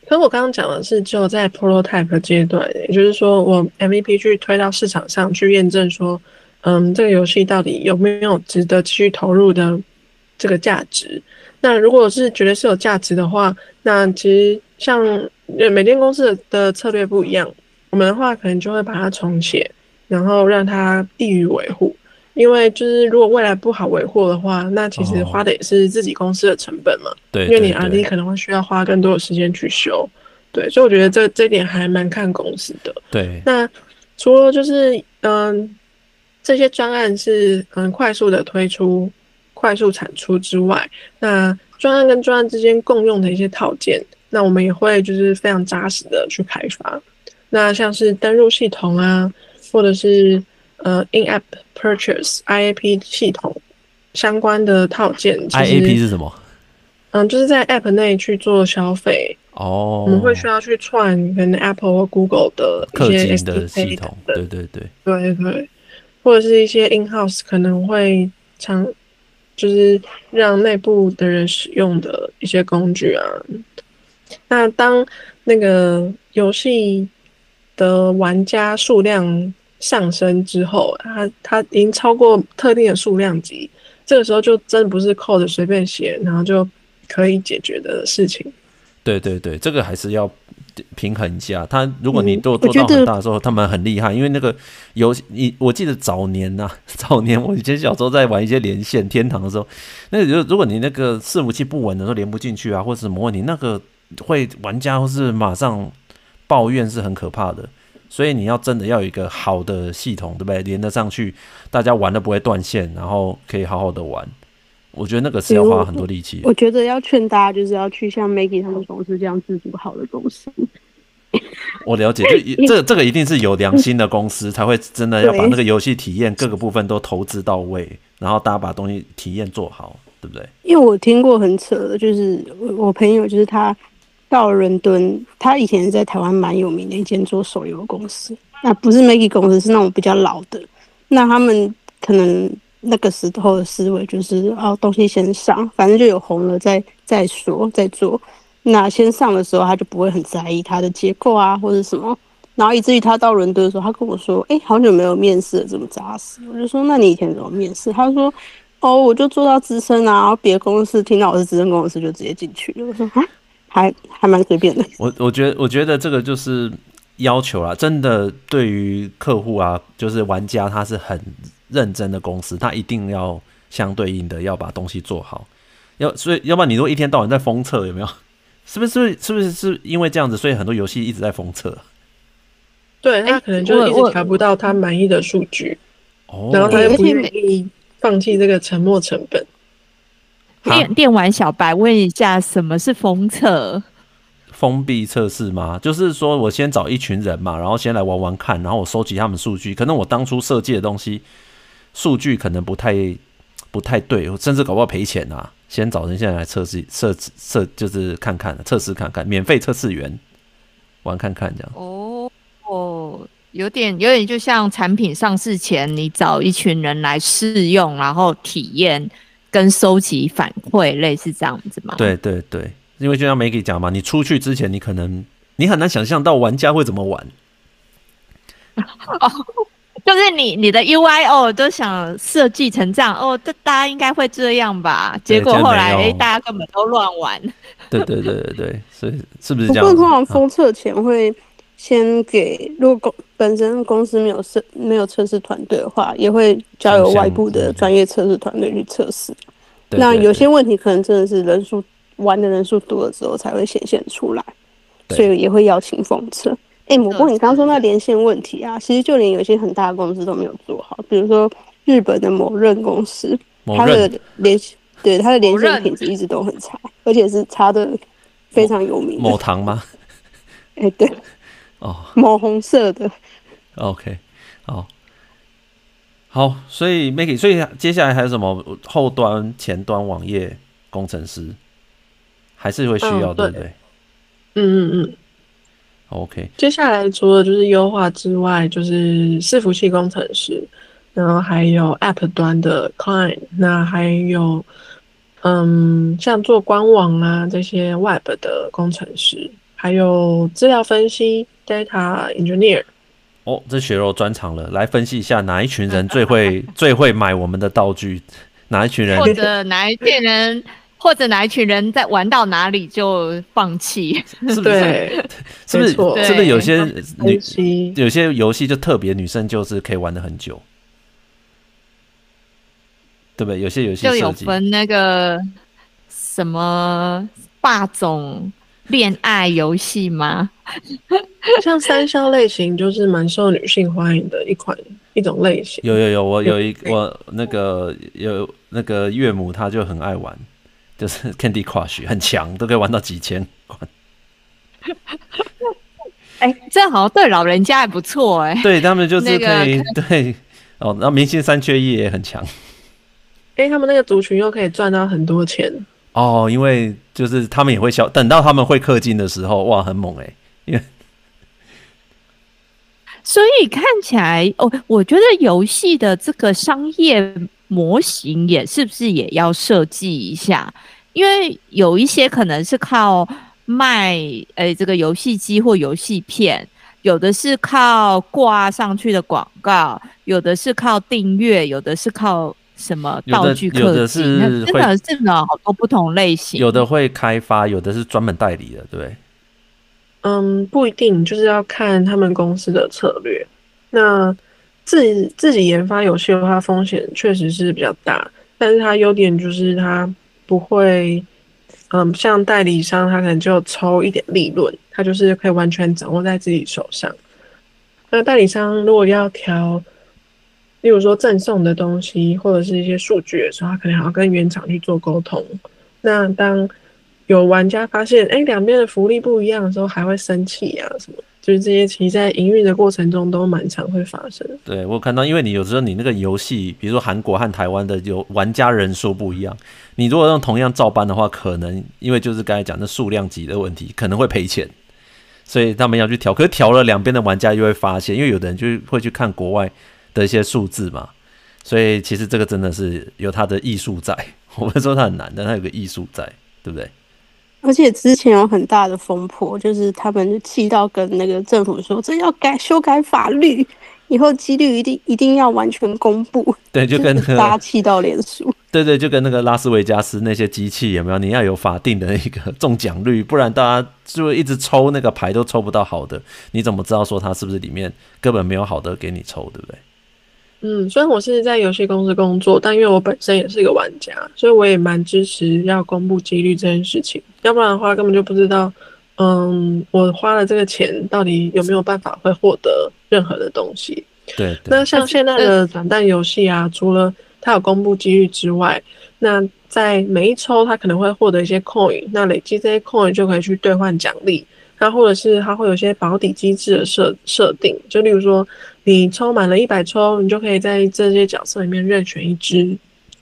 可是我刚刚讲的是只有在 prototype 阶段，也就是说我 MVP 去推到市场上去验证说，这个游戏到底有没有值得继续投入的这个价值。那如果是觉得是有价值的话，那其实像每间公司的策略不一样，我们的话可能就会把它重写，然后让它易于维护。因为就是如果未来不好维护的话，那其实花的也是自己公司的成本嘛。 对， 因为你 R&D 可能会需要花更多的时间去修。对，所以我觉得这点还蛮看公司的。 对， 那除了就是这些专案是快速的推出、快速产出之外，那专案跟专案之间共用的一些套件，那我们也会就是非常扎实的去开发。那像是登入系统啊，或者是in-app purchase IAP 系统相关的套件 ，IAP 是什么？ 就是在 App 内去做消费。 哦， 我们会需要去串跟 Apple 或 Google 的一些氪金的系 SDK 统， 等对对对， 对对，或者是一些 in-house 可能会就是让内部的人使用的一些工具啊。那当那个游戏的玩家数量上升之后，它已经超过特定的数量级，这个时候就真的不是 code 随便写，然后就可以解决的事情。 对对对，这个还是要平衡一下。如果你都做到很大的时候，他们很厉害，因为那个游戏，我记得早年我以前小时候在玩一些连线天堂的时候，那个如果你那个伺服器不稳的时候连不进去啊，或者什么问题，那个玩家或是马上抱怨是很可怕的。所以你要真的要有一个好的系统，对不对？连得上去，大家玩都不会断线，然后可以好好的玩。我觉得那个是要花很多力气。 我觉得要劝大家就是要去像 Maggie 他们公司这样制度好的公司。 我了解，就这个一定是有良心的公司才会真的要把那个游戏体验各个部分都投资到位，然后大家把东西体验做好，对不对？ 因为我听过很扯的，就是我朋友就是他到伦敦，他以前在台湾蛮有名的一间做手游公司，那不是 Maggie 公司，是那种比较老的。那他们可能那个时候的思维就是东西先上，反正就有红了再说再做。那先上的时候，他就不会很在意它的结构啊或者什么，然后以至于他到伦敦的时候，他跟我说：“好久没有面试了这么扎实。”我就说：“那你以前怎么面试？”他说：“我就做到资深啊，然后别的公司听到我是资深公司就直接进去了。”我说：“还蛮随便的。” 我觉得这个就是要求啦，真的对于客户啊，就是玩家，他是很认真的公司，他一定要相对应的要把东西做好，所以要不然你如果一天到晚在封测，有没有？是不是因为这样子，所以很多游戏一直在封测？ 对，他可能就一直调不到他满意的数据，然后他又不愿意放弃这个沉没成本。 电玩小白问一下，什么是封测？ 封闭测试吗？就是说我先找一群人嘛，然后先来玩玩看，然后我收集他们数据，可能我当初设计的东西数据可能不太对，甚至搞不好赔钱啊。先找人现在来测试，就是看看测试看看，免费测试员玩看看这样。 有点就像产品上市前，你找一群人来试用，然后体验跟收集反馈，类似这样子吗？ 对对对，因为就像 Maggie 讲嘛，你出去之前，你很难想象到玩家会怎么玩。 就是你的 UI 都想设计成这样大家应该会这样吧？结果后来大家根本都乱玩。对， 所以是不是这样？ 不过通常封测前会先给，如果本身公司没有测试团队的话，也会交由外部的专业测试团队去测试。那有些问题可能真的是玩的人数多了之后才会显现出来，所以也会邀请封测。我不过你刚刚说那连线问题啊，其实就连有些很大的公司都没有做好，比如说日本的某任公司，它的连线品质一直都很差，而且是差的非常有名的。 某糖吗？ 对，某红色的。 OK， 好，所以 Maggie， 所以接下来还有什么后端、前端网页工程师，还是会需要，对不对？OK， 接下来除了就是优化之外，就是伺服器工程师，然后还有 App 端的 Client， 那还有像做官网啊这些 Web 的工程师， 还有资料分析 （data engineer）。 哦，这血肉专场了，来分析一下哪一群人最会买我们的道具，哪一群人， 或者哪一群人在玩到哪里就放弃， 是不是？ 对， 是不是？是不是有些有些游戏就特别女生就是可以玩得很久，对不对？有些游戏就有分那个什么霸总恋爱游戏吗？ 像三消类型就是蛮受女性欢迎的一种类型。 有，我那个岳母她就很爱玩，就是 Candy Crush 很强，都可以玩到几千关。 这好像对老人家还不错对他们就是可以、对哦，然后明星三缺一也很强。 他们那个族群又可以赚到很多钱哦，因为就是他们也会等到他们会氪金的时候，哇，很猛因为所以看起来我觉得游戏的这个商业模型是不是也要设计一下？因为有一些可能是靠卖这个游戏机或游戏片，有的是靠挂上去的广告，有的是靠订阅，有的是靠什么道具氪金， 有的是真的是好多不同类型， 有的会开发，有的是专门代理的，对不对？ 不一定，就是要看他们公司的策略。那自己研发游戏的话，风险确实是比较大，但是它优点就是它不会，像代理商，他可能就抽一点利润，他就是可以完全掌握在自己手上。那代理商如果要调，例如说赠送的东西或者是一些数据的时候，他可能还要跟原厂去做沟通。那当有玩家发现两边的福利不一样的时候，还会生气啊什么，就是这些其实在营运的过程中都蛮常会发生。 对，我有看到，因为你有时候你那个游戏，比如说韩国和台湾的玩家人数不一样，你如果用同样照搬的话，可能因为就是刚才讲的数量级的问题，可能会赔钱，所以他们要去调。可是调了两边的玩家就会发现，因为有的人就会去看国外的一些数字嘛，所以其实这个真的是有它的艺术在。我们说它很难，但它有个艺术在，对不对？ 而且之前有很大的风波，就是他们就气到跟那个政府说，这要修改法律，以后几率一定要完全公布。 对，就跟那个大家气到连署。 对，就跟那个拉斯维加斯那些机器有没有？你要有法定的一个中奖率，不然大家就一直抽那个牌都抽不到好的，你怎么知道说它是不是里面根本没有好的给你抽，对不对？ 虽然我是在游戏公司工作，但因为我本身也是一个玩家，所以我也蛮支持要公布几率这件事情。要不然的话，根本就不知道，我花了这个钱到底有没有办法会获得任何的东西。 对。 那像现在的转蛋游戏啊，除了它有公布几率之外，那在每一抽它可能会获得一些 coin， 那累积这些 coin 就可以去兑换奖励。那或者是它会有一些保底机制的设定，就例如说你抽满了100抽，你就可以在这些角色里面任选一只。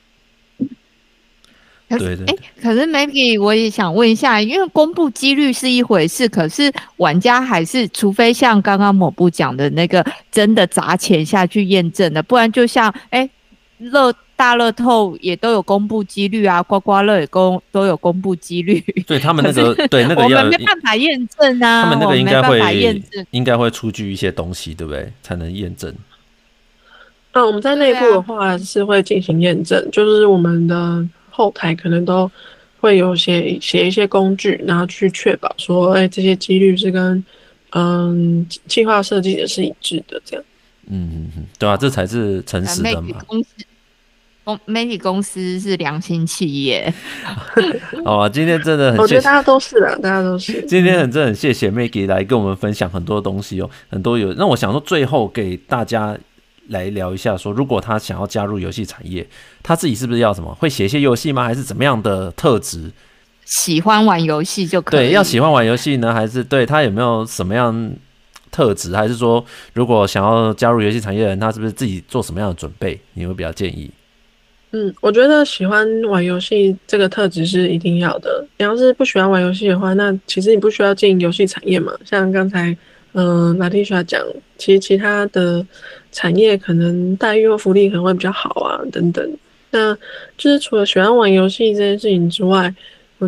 对。 可是 Maggie 我也想问一下，因为公布几率是一回事，可是玩家还是除非像刚刚某部讲的那个真的砸钱下去验证的，不然就像大乐透也都有公布几率啊，刮刮乐也都有公布几率。 对，他们那个对那个我们没办法验证啊， 他们那个应该会出具一些东西，对不对？才能验证。 我们在内部的话是会进行验证，就是我们的后台可能都会有写一些工具，然后去确保说，这些几率是跟计划设计的是一致的，这样。 对啊，这才是诚实的嘛。 媒体公司是良心企业。 今天真的很谢谢， 我觉得大家都是啦，大家都是。 今天真的很谢谢 Maggie 来跟我们分享很多东西很多那我想说最后给大家来聊一下说，如果他想要加入游戏产业，他自己是不是要什么会写一些游戏吗？还是怎么样的特质？ 喜欢玩游戏就可以。 对，要喜欢玩游戏呢，还是对他有没有什么样特质？还是说如果想要加入游戏产业的人，他是不是自己做什么样的准备？你会比较建议？ 我觉得喜欢玩游戏这个特质是一定要的。你要是不喜欢玩游戏的话，那其实你不需要进游戏产业嘛。像刚才Latisha 讲，其实其他的产业可能待遇或福利可能会比较好啊，等等。那就是除了喜欢玩游戏这件事情之外，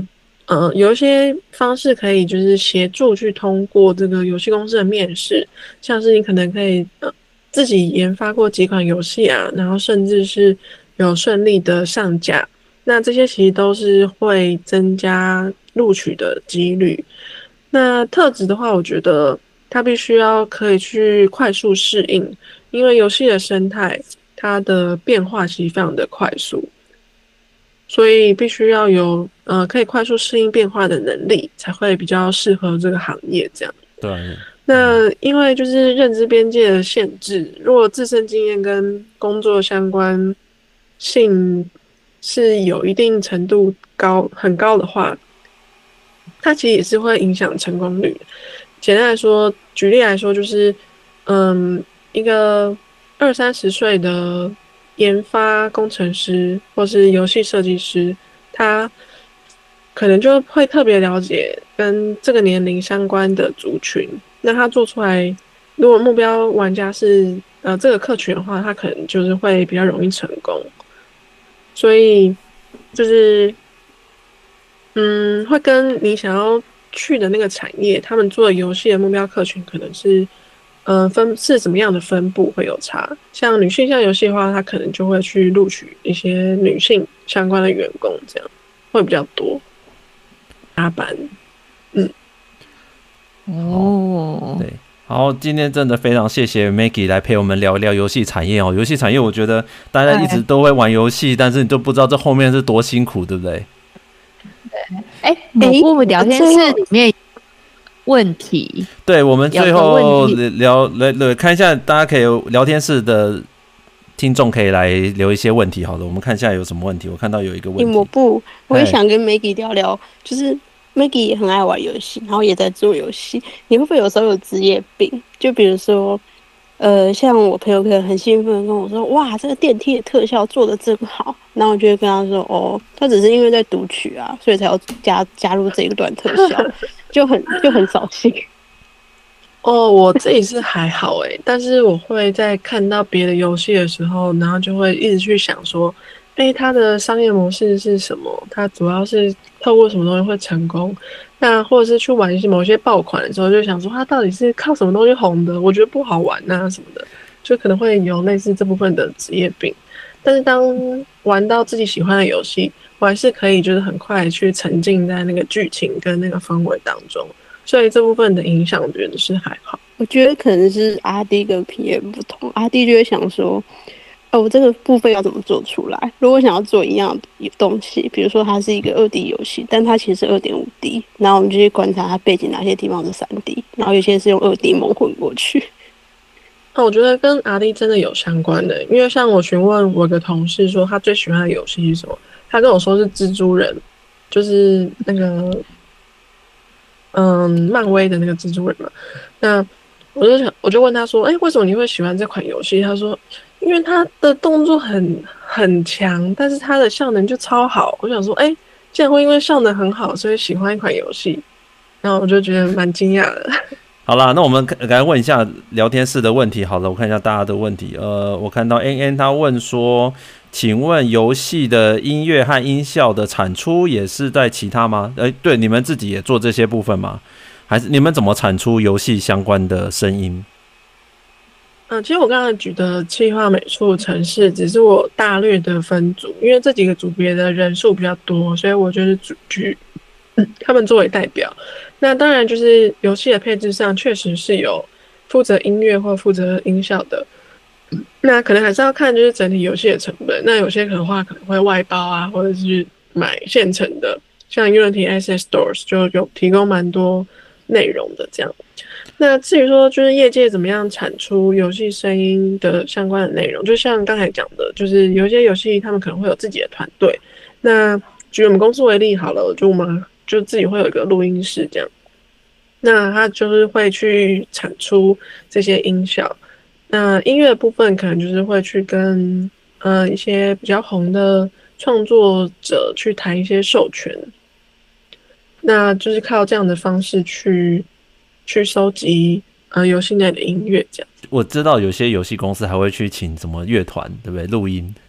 有一些方式可以就是协助去通过这个游戏公司的面试，像是你可能可以自己研发过几款游戏啊，然后甚至是有顺利的上架，那这些其实都是会增加录取的几率。那特质的话，我觉得它必须要可以去快速适应，因为游戏的生态它的变化其实非常的快速。所以必须要有可以快速适应变化的能力，才会比较适合这个行业这样。 对， 那因为就是认知边界的限制，如果自身经验跟工作相关性是有一定程度很高的话，它其实也是会影响成功率。简单来说，举例来说，就是一个20-30岁的研发工程师或是游戏设计师，他可能就会特别了解跟这个年龄相关的族群。那他做出来，如果目标玩家是这个客群的话，他可能就是会比较容易成功。所以就是会跟你想要去的那个产业，他们做的游戏的目标客群可能是是怎么样的分布会有差。像女性向游戏的话，它可能就会去录取一些女性相关的员工，这样会比较多。加班， 对，好，今天真的非常谢谢 Maggie 来陪我们聊一聊游戏产业哦。游戏产业，我觉得大家一直都会玩游戏，但是你都不知道这后面是多辛苦，对不对？ 某部聊天室里面问题， 对，我们最后聊看一下，大家可以聊天室的听众可以来留一些问题。好了，我们看一下有什么问题。我看到有一个问题， 我也想跟 Maggie 聊聊，就是 Maggie 也很爱玩游戏，然后也在做游戏。你会不会有时候有职业病？就比如说，像我朋友可能很兴奋地跟我说：“哇，这个电梯的特效做得真好。”然后我就会跟他说：“哦，他只是因为在读取啊，所以才要加入这一段特效，就很扫兴。” 我自己是还好但是我会在看到别的游戏的时候，然后就会一直去想说，它的商业模式是什么？它主要是透过什么东西会成功？那或者是去玩某些爆款的时候，就想说它到底是靠什么东西红的？我觉得不好玩啊什么的，就可能会有类似这部分的职业病。但是当玩到自己喜欢的游戏，我还是可以就是很快去沉浸在那个剧情跟那个氛围当中。所以这部分的影响，我觉得是还好。 我觉得可能是RD 跟 PM 不同，RD 就会想说，我这个部分要怎么做出来？如果想要做一样的东西，比如说它是一个2D 游戏，但它其实是2.5D，然后我们就去观察它背景哪些地方是3D，然后有些是用2D 蒙混过去。 我觉得跟 RD 真的有相关的，因为像我询问我的同事说他最喜欢的游戏是什么，他跟我说是蜘蛛人，就是那个漫威的那个蜘蛛人嘛。那我就问他说，为什么你会喜欢这款游戏？他说，因为他的动作很强，但是他的效能就超好。我想说，竟然会因为效能很好，所以喜欢一款游戏，然后我就觉得蛮惊讶的。 好啦，那我们来问一下聊天室的问题。好了，我看一下大家的问题。我看到 NN 他问说，请问游戏的音乐和音效的产出也是在其他吗？对，你们自己也做这些部分吗？还是你们怎么产出游戏相关的声音？ 其实我刚才举的企划、美术、程式只是我大略的分组，因为这几个组别的人数比较多，所以我就是举他们作为代表。那当然就是游戏的配置上确实是有负责音乐或负责音效的，那可能还是要看就是整体游戏的成本。那有些可能会外包啊，或者是买现成的，像 Unity Asset Stores 就有提供蛮多内容的这样。那至于说就是业界怎么样产出游戏声音的相关的内容，就像刚才讲的，就是有一些游戏他们可能会有自己的团队。那举我们公司为例好了，就我们就自己会有一个录音室这样，那他就是会去产出这些音效。那音乐的部分可能就是会去跟一些比较红的创作者去谈一些授权，那就是靠这样的方式去收集游戏内的音乐这样。 我知道有些游戏公司还会去请什么乐团，对不对？录音。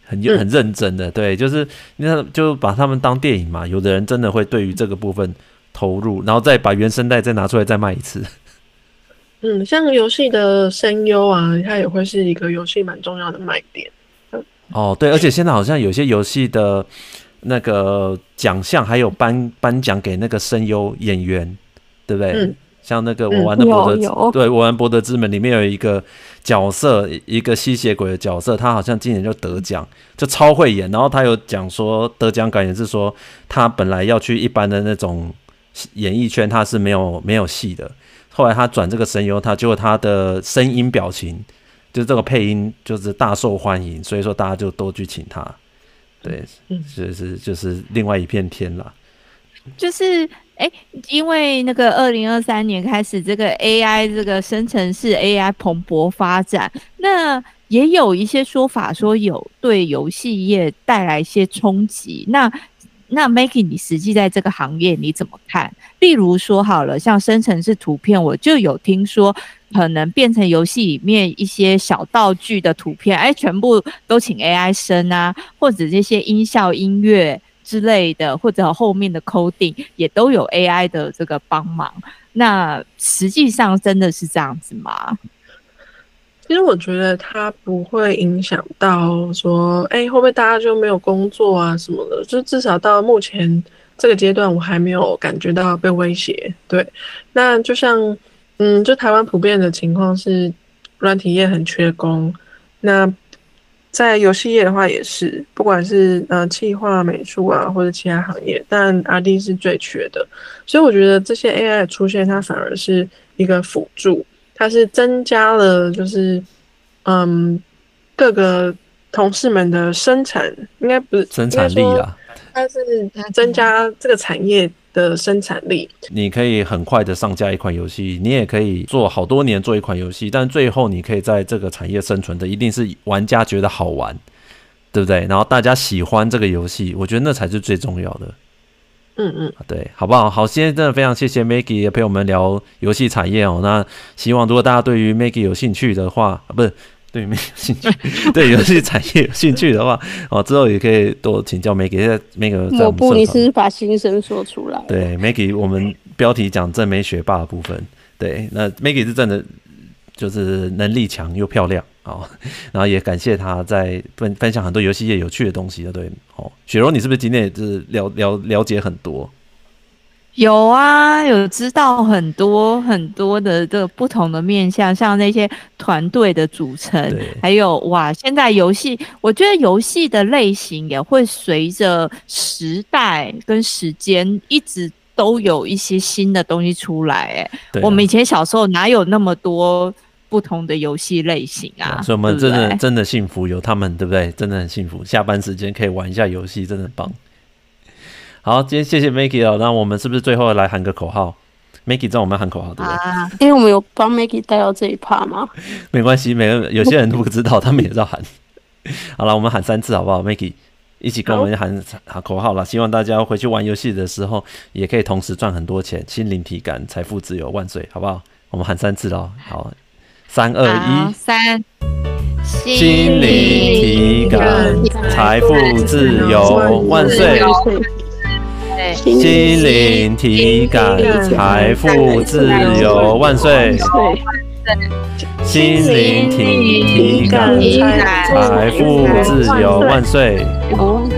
很认真的，对，就是那就把他们当电影嘛。有的人真的会对于这个部分投入，然后再把原声带再拿出来再卖一次。 像游戏的声优啊，它也会是一个游戏蛮重要的卖点。 哦，对，而且现在好像有些游戏的那个奖项还有颁奖给那个声优演员，对不对？像那个我玩的我玩博德之门里面有一个角色，一个吸血鬼的角色，他好像今年就得奖，就超会演。然后他有讲说得奖感言是说，他本来要去一般的那种演艺圈，他是没有戏的。后来他转这个声优，结果他的声音表情，就是这个配音就是大受欢迎，所以说大家就都去请他。对，就是另外一片天啦。 就是因为那个2023年开始，这个 AI 这个生成式 AI 蓬勃发展，那也有一些说法说有对游戏业带来一些冲击。那 Maggie 你实际在这个行业你怎么看？例如说好了，像生成式图片，我就有听说可能变成游戏里面一些小道具的图片，全部都请 AI 生啊，或者这些音效音乐之类的，或者后面的 coding 也都有 AI 的这个帮忙。那实际上真的是这样子吗？ 其实我觉得它不会影响到说，会不会大家就没有工作啊什么的？就至少到目前这个阶段，我还没有感觉到被威胁。对，那就像，就台湾普遍的情况是，软体业很缺工。那在游戏业的话也是，不管是企划、美术啊，或者其他行业，但 R&D 是最缺的。所以我觉得这些 AI 的出现，它反而是一个辅助。它是增加了，就是各个同事们的生产，应该不是生产力啦， 它是增加这个产业的生产力。 你可以很快的上架一款游戏，你也可以做好多年做一款游戏，但最后你可以在这个产业生存的，一定是玩家觉得好玩，对不对？然后大家喜欢这个游戏，我觉得那才是最重要的。对，好不好？好，今天真的非常谢谢 Maggie 也陪我们聊游戏产业哦。那希望如果大家对于 Maggie 有兴趣的话，不是对于 Maggie 有兴趣，对游戏产业有兴趣的话，之后也可以多请教 Maggie。 某部你是把心声说出来。 对 Maggie， 我们标题讲正妹学霸的部分，对，那 Maggie 是真的就是能力强又漂亮。然后也感谢他在分享很多游戏业有趣的东西，对。雪柔，你是不是今天也是了解很多？ 有啊，有知道很多很多的这个不同的面向，像那些团队的组成，还有现在游戏，我觉得游戏的类型也会随着时代跟时间一直都有一些新的东西出来。我们以前小时候哪有那么多不同的游戏类型啊？ 所以我们真的幸福，有他们，对不对？真的很幸福，下班时间可以玩一下游戏，真的很棒。好，今天谢谢 Maggie 那我们是不是最后来喊个口号 ？Maggie 知道我们喊口号对不对？我们有帮 Maggie 带到这一趴吗？ 没关系，有些人都不知道，他们也在喊。好了，我们喊3次好不好 ？Maggie 一起跟我们喊口号啦！希望大家回去玩游戏的时候，也可以同时赚很多钱，心灵体感，财富自由万岁，好不好？我们喊3次咯。好，3、2、1， 3， 心灵体感，财富自由万岁！心灵体感，财富自由万岁！心灵体感，财富自由万岁！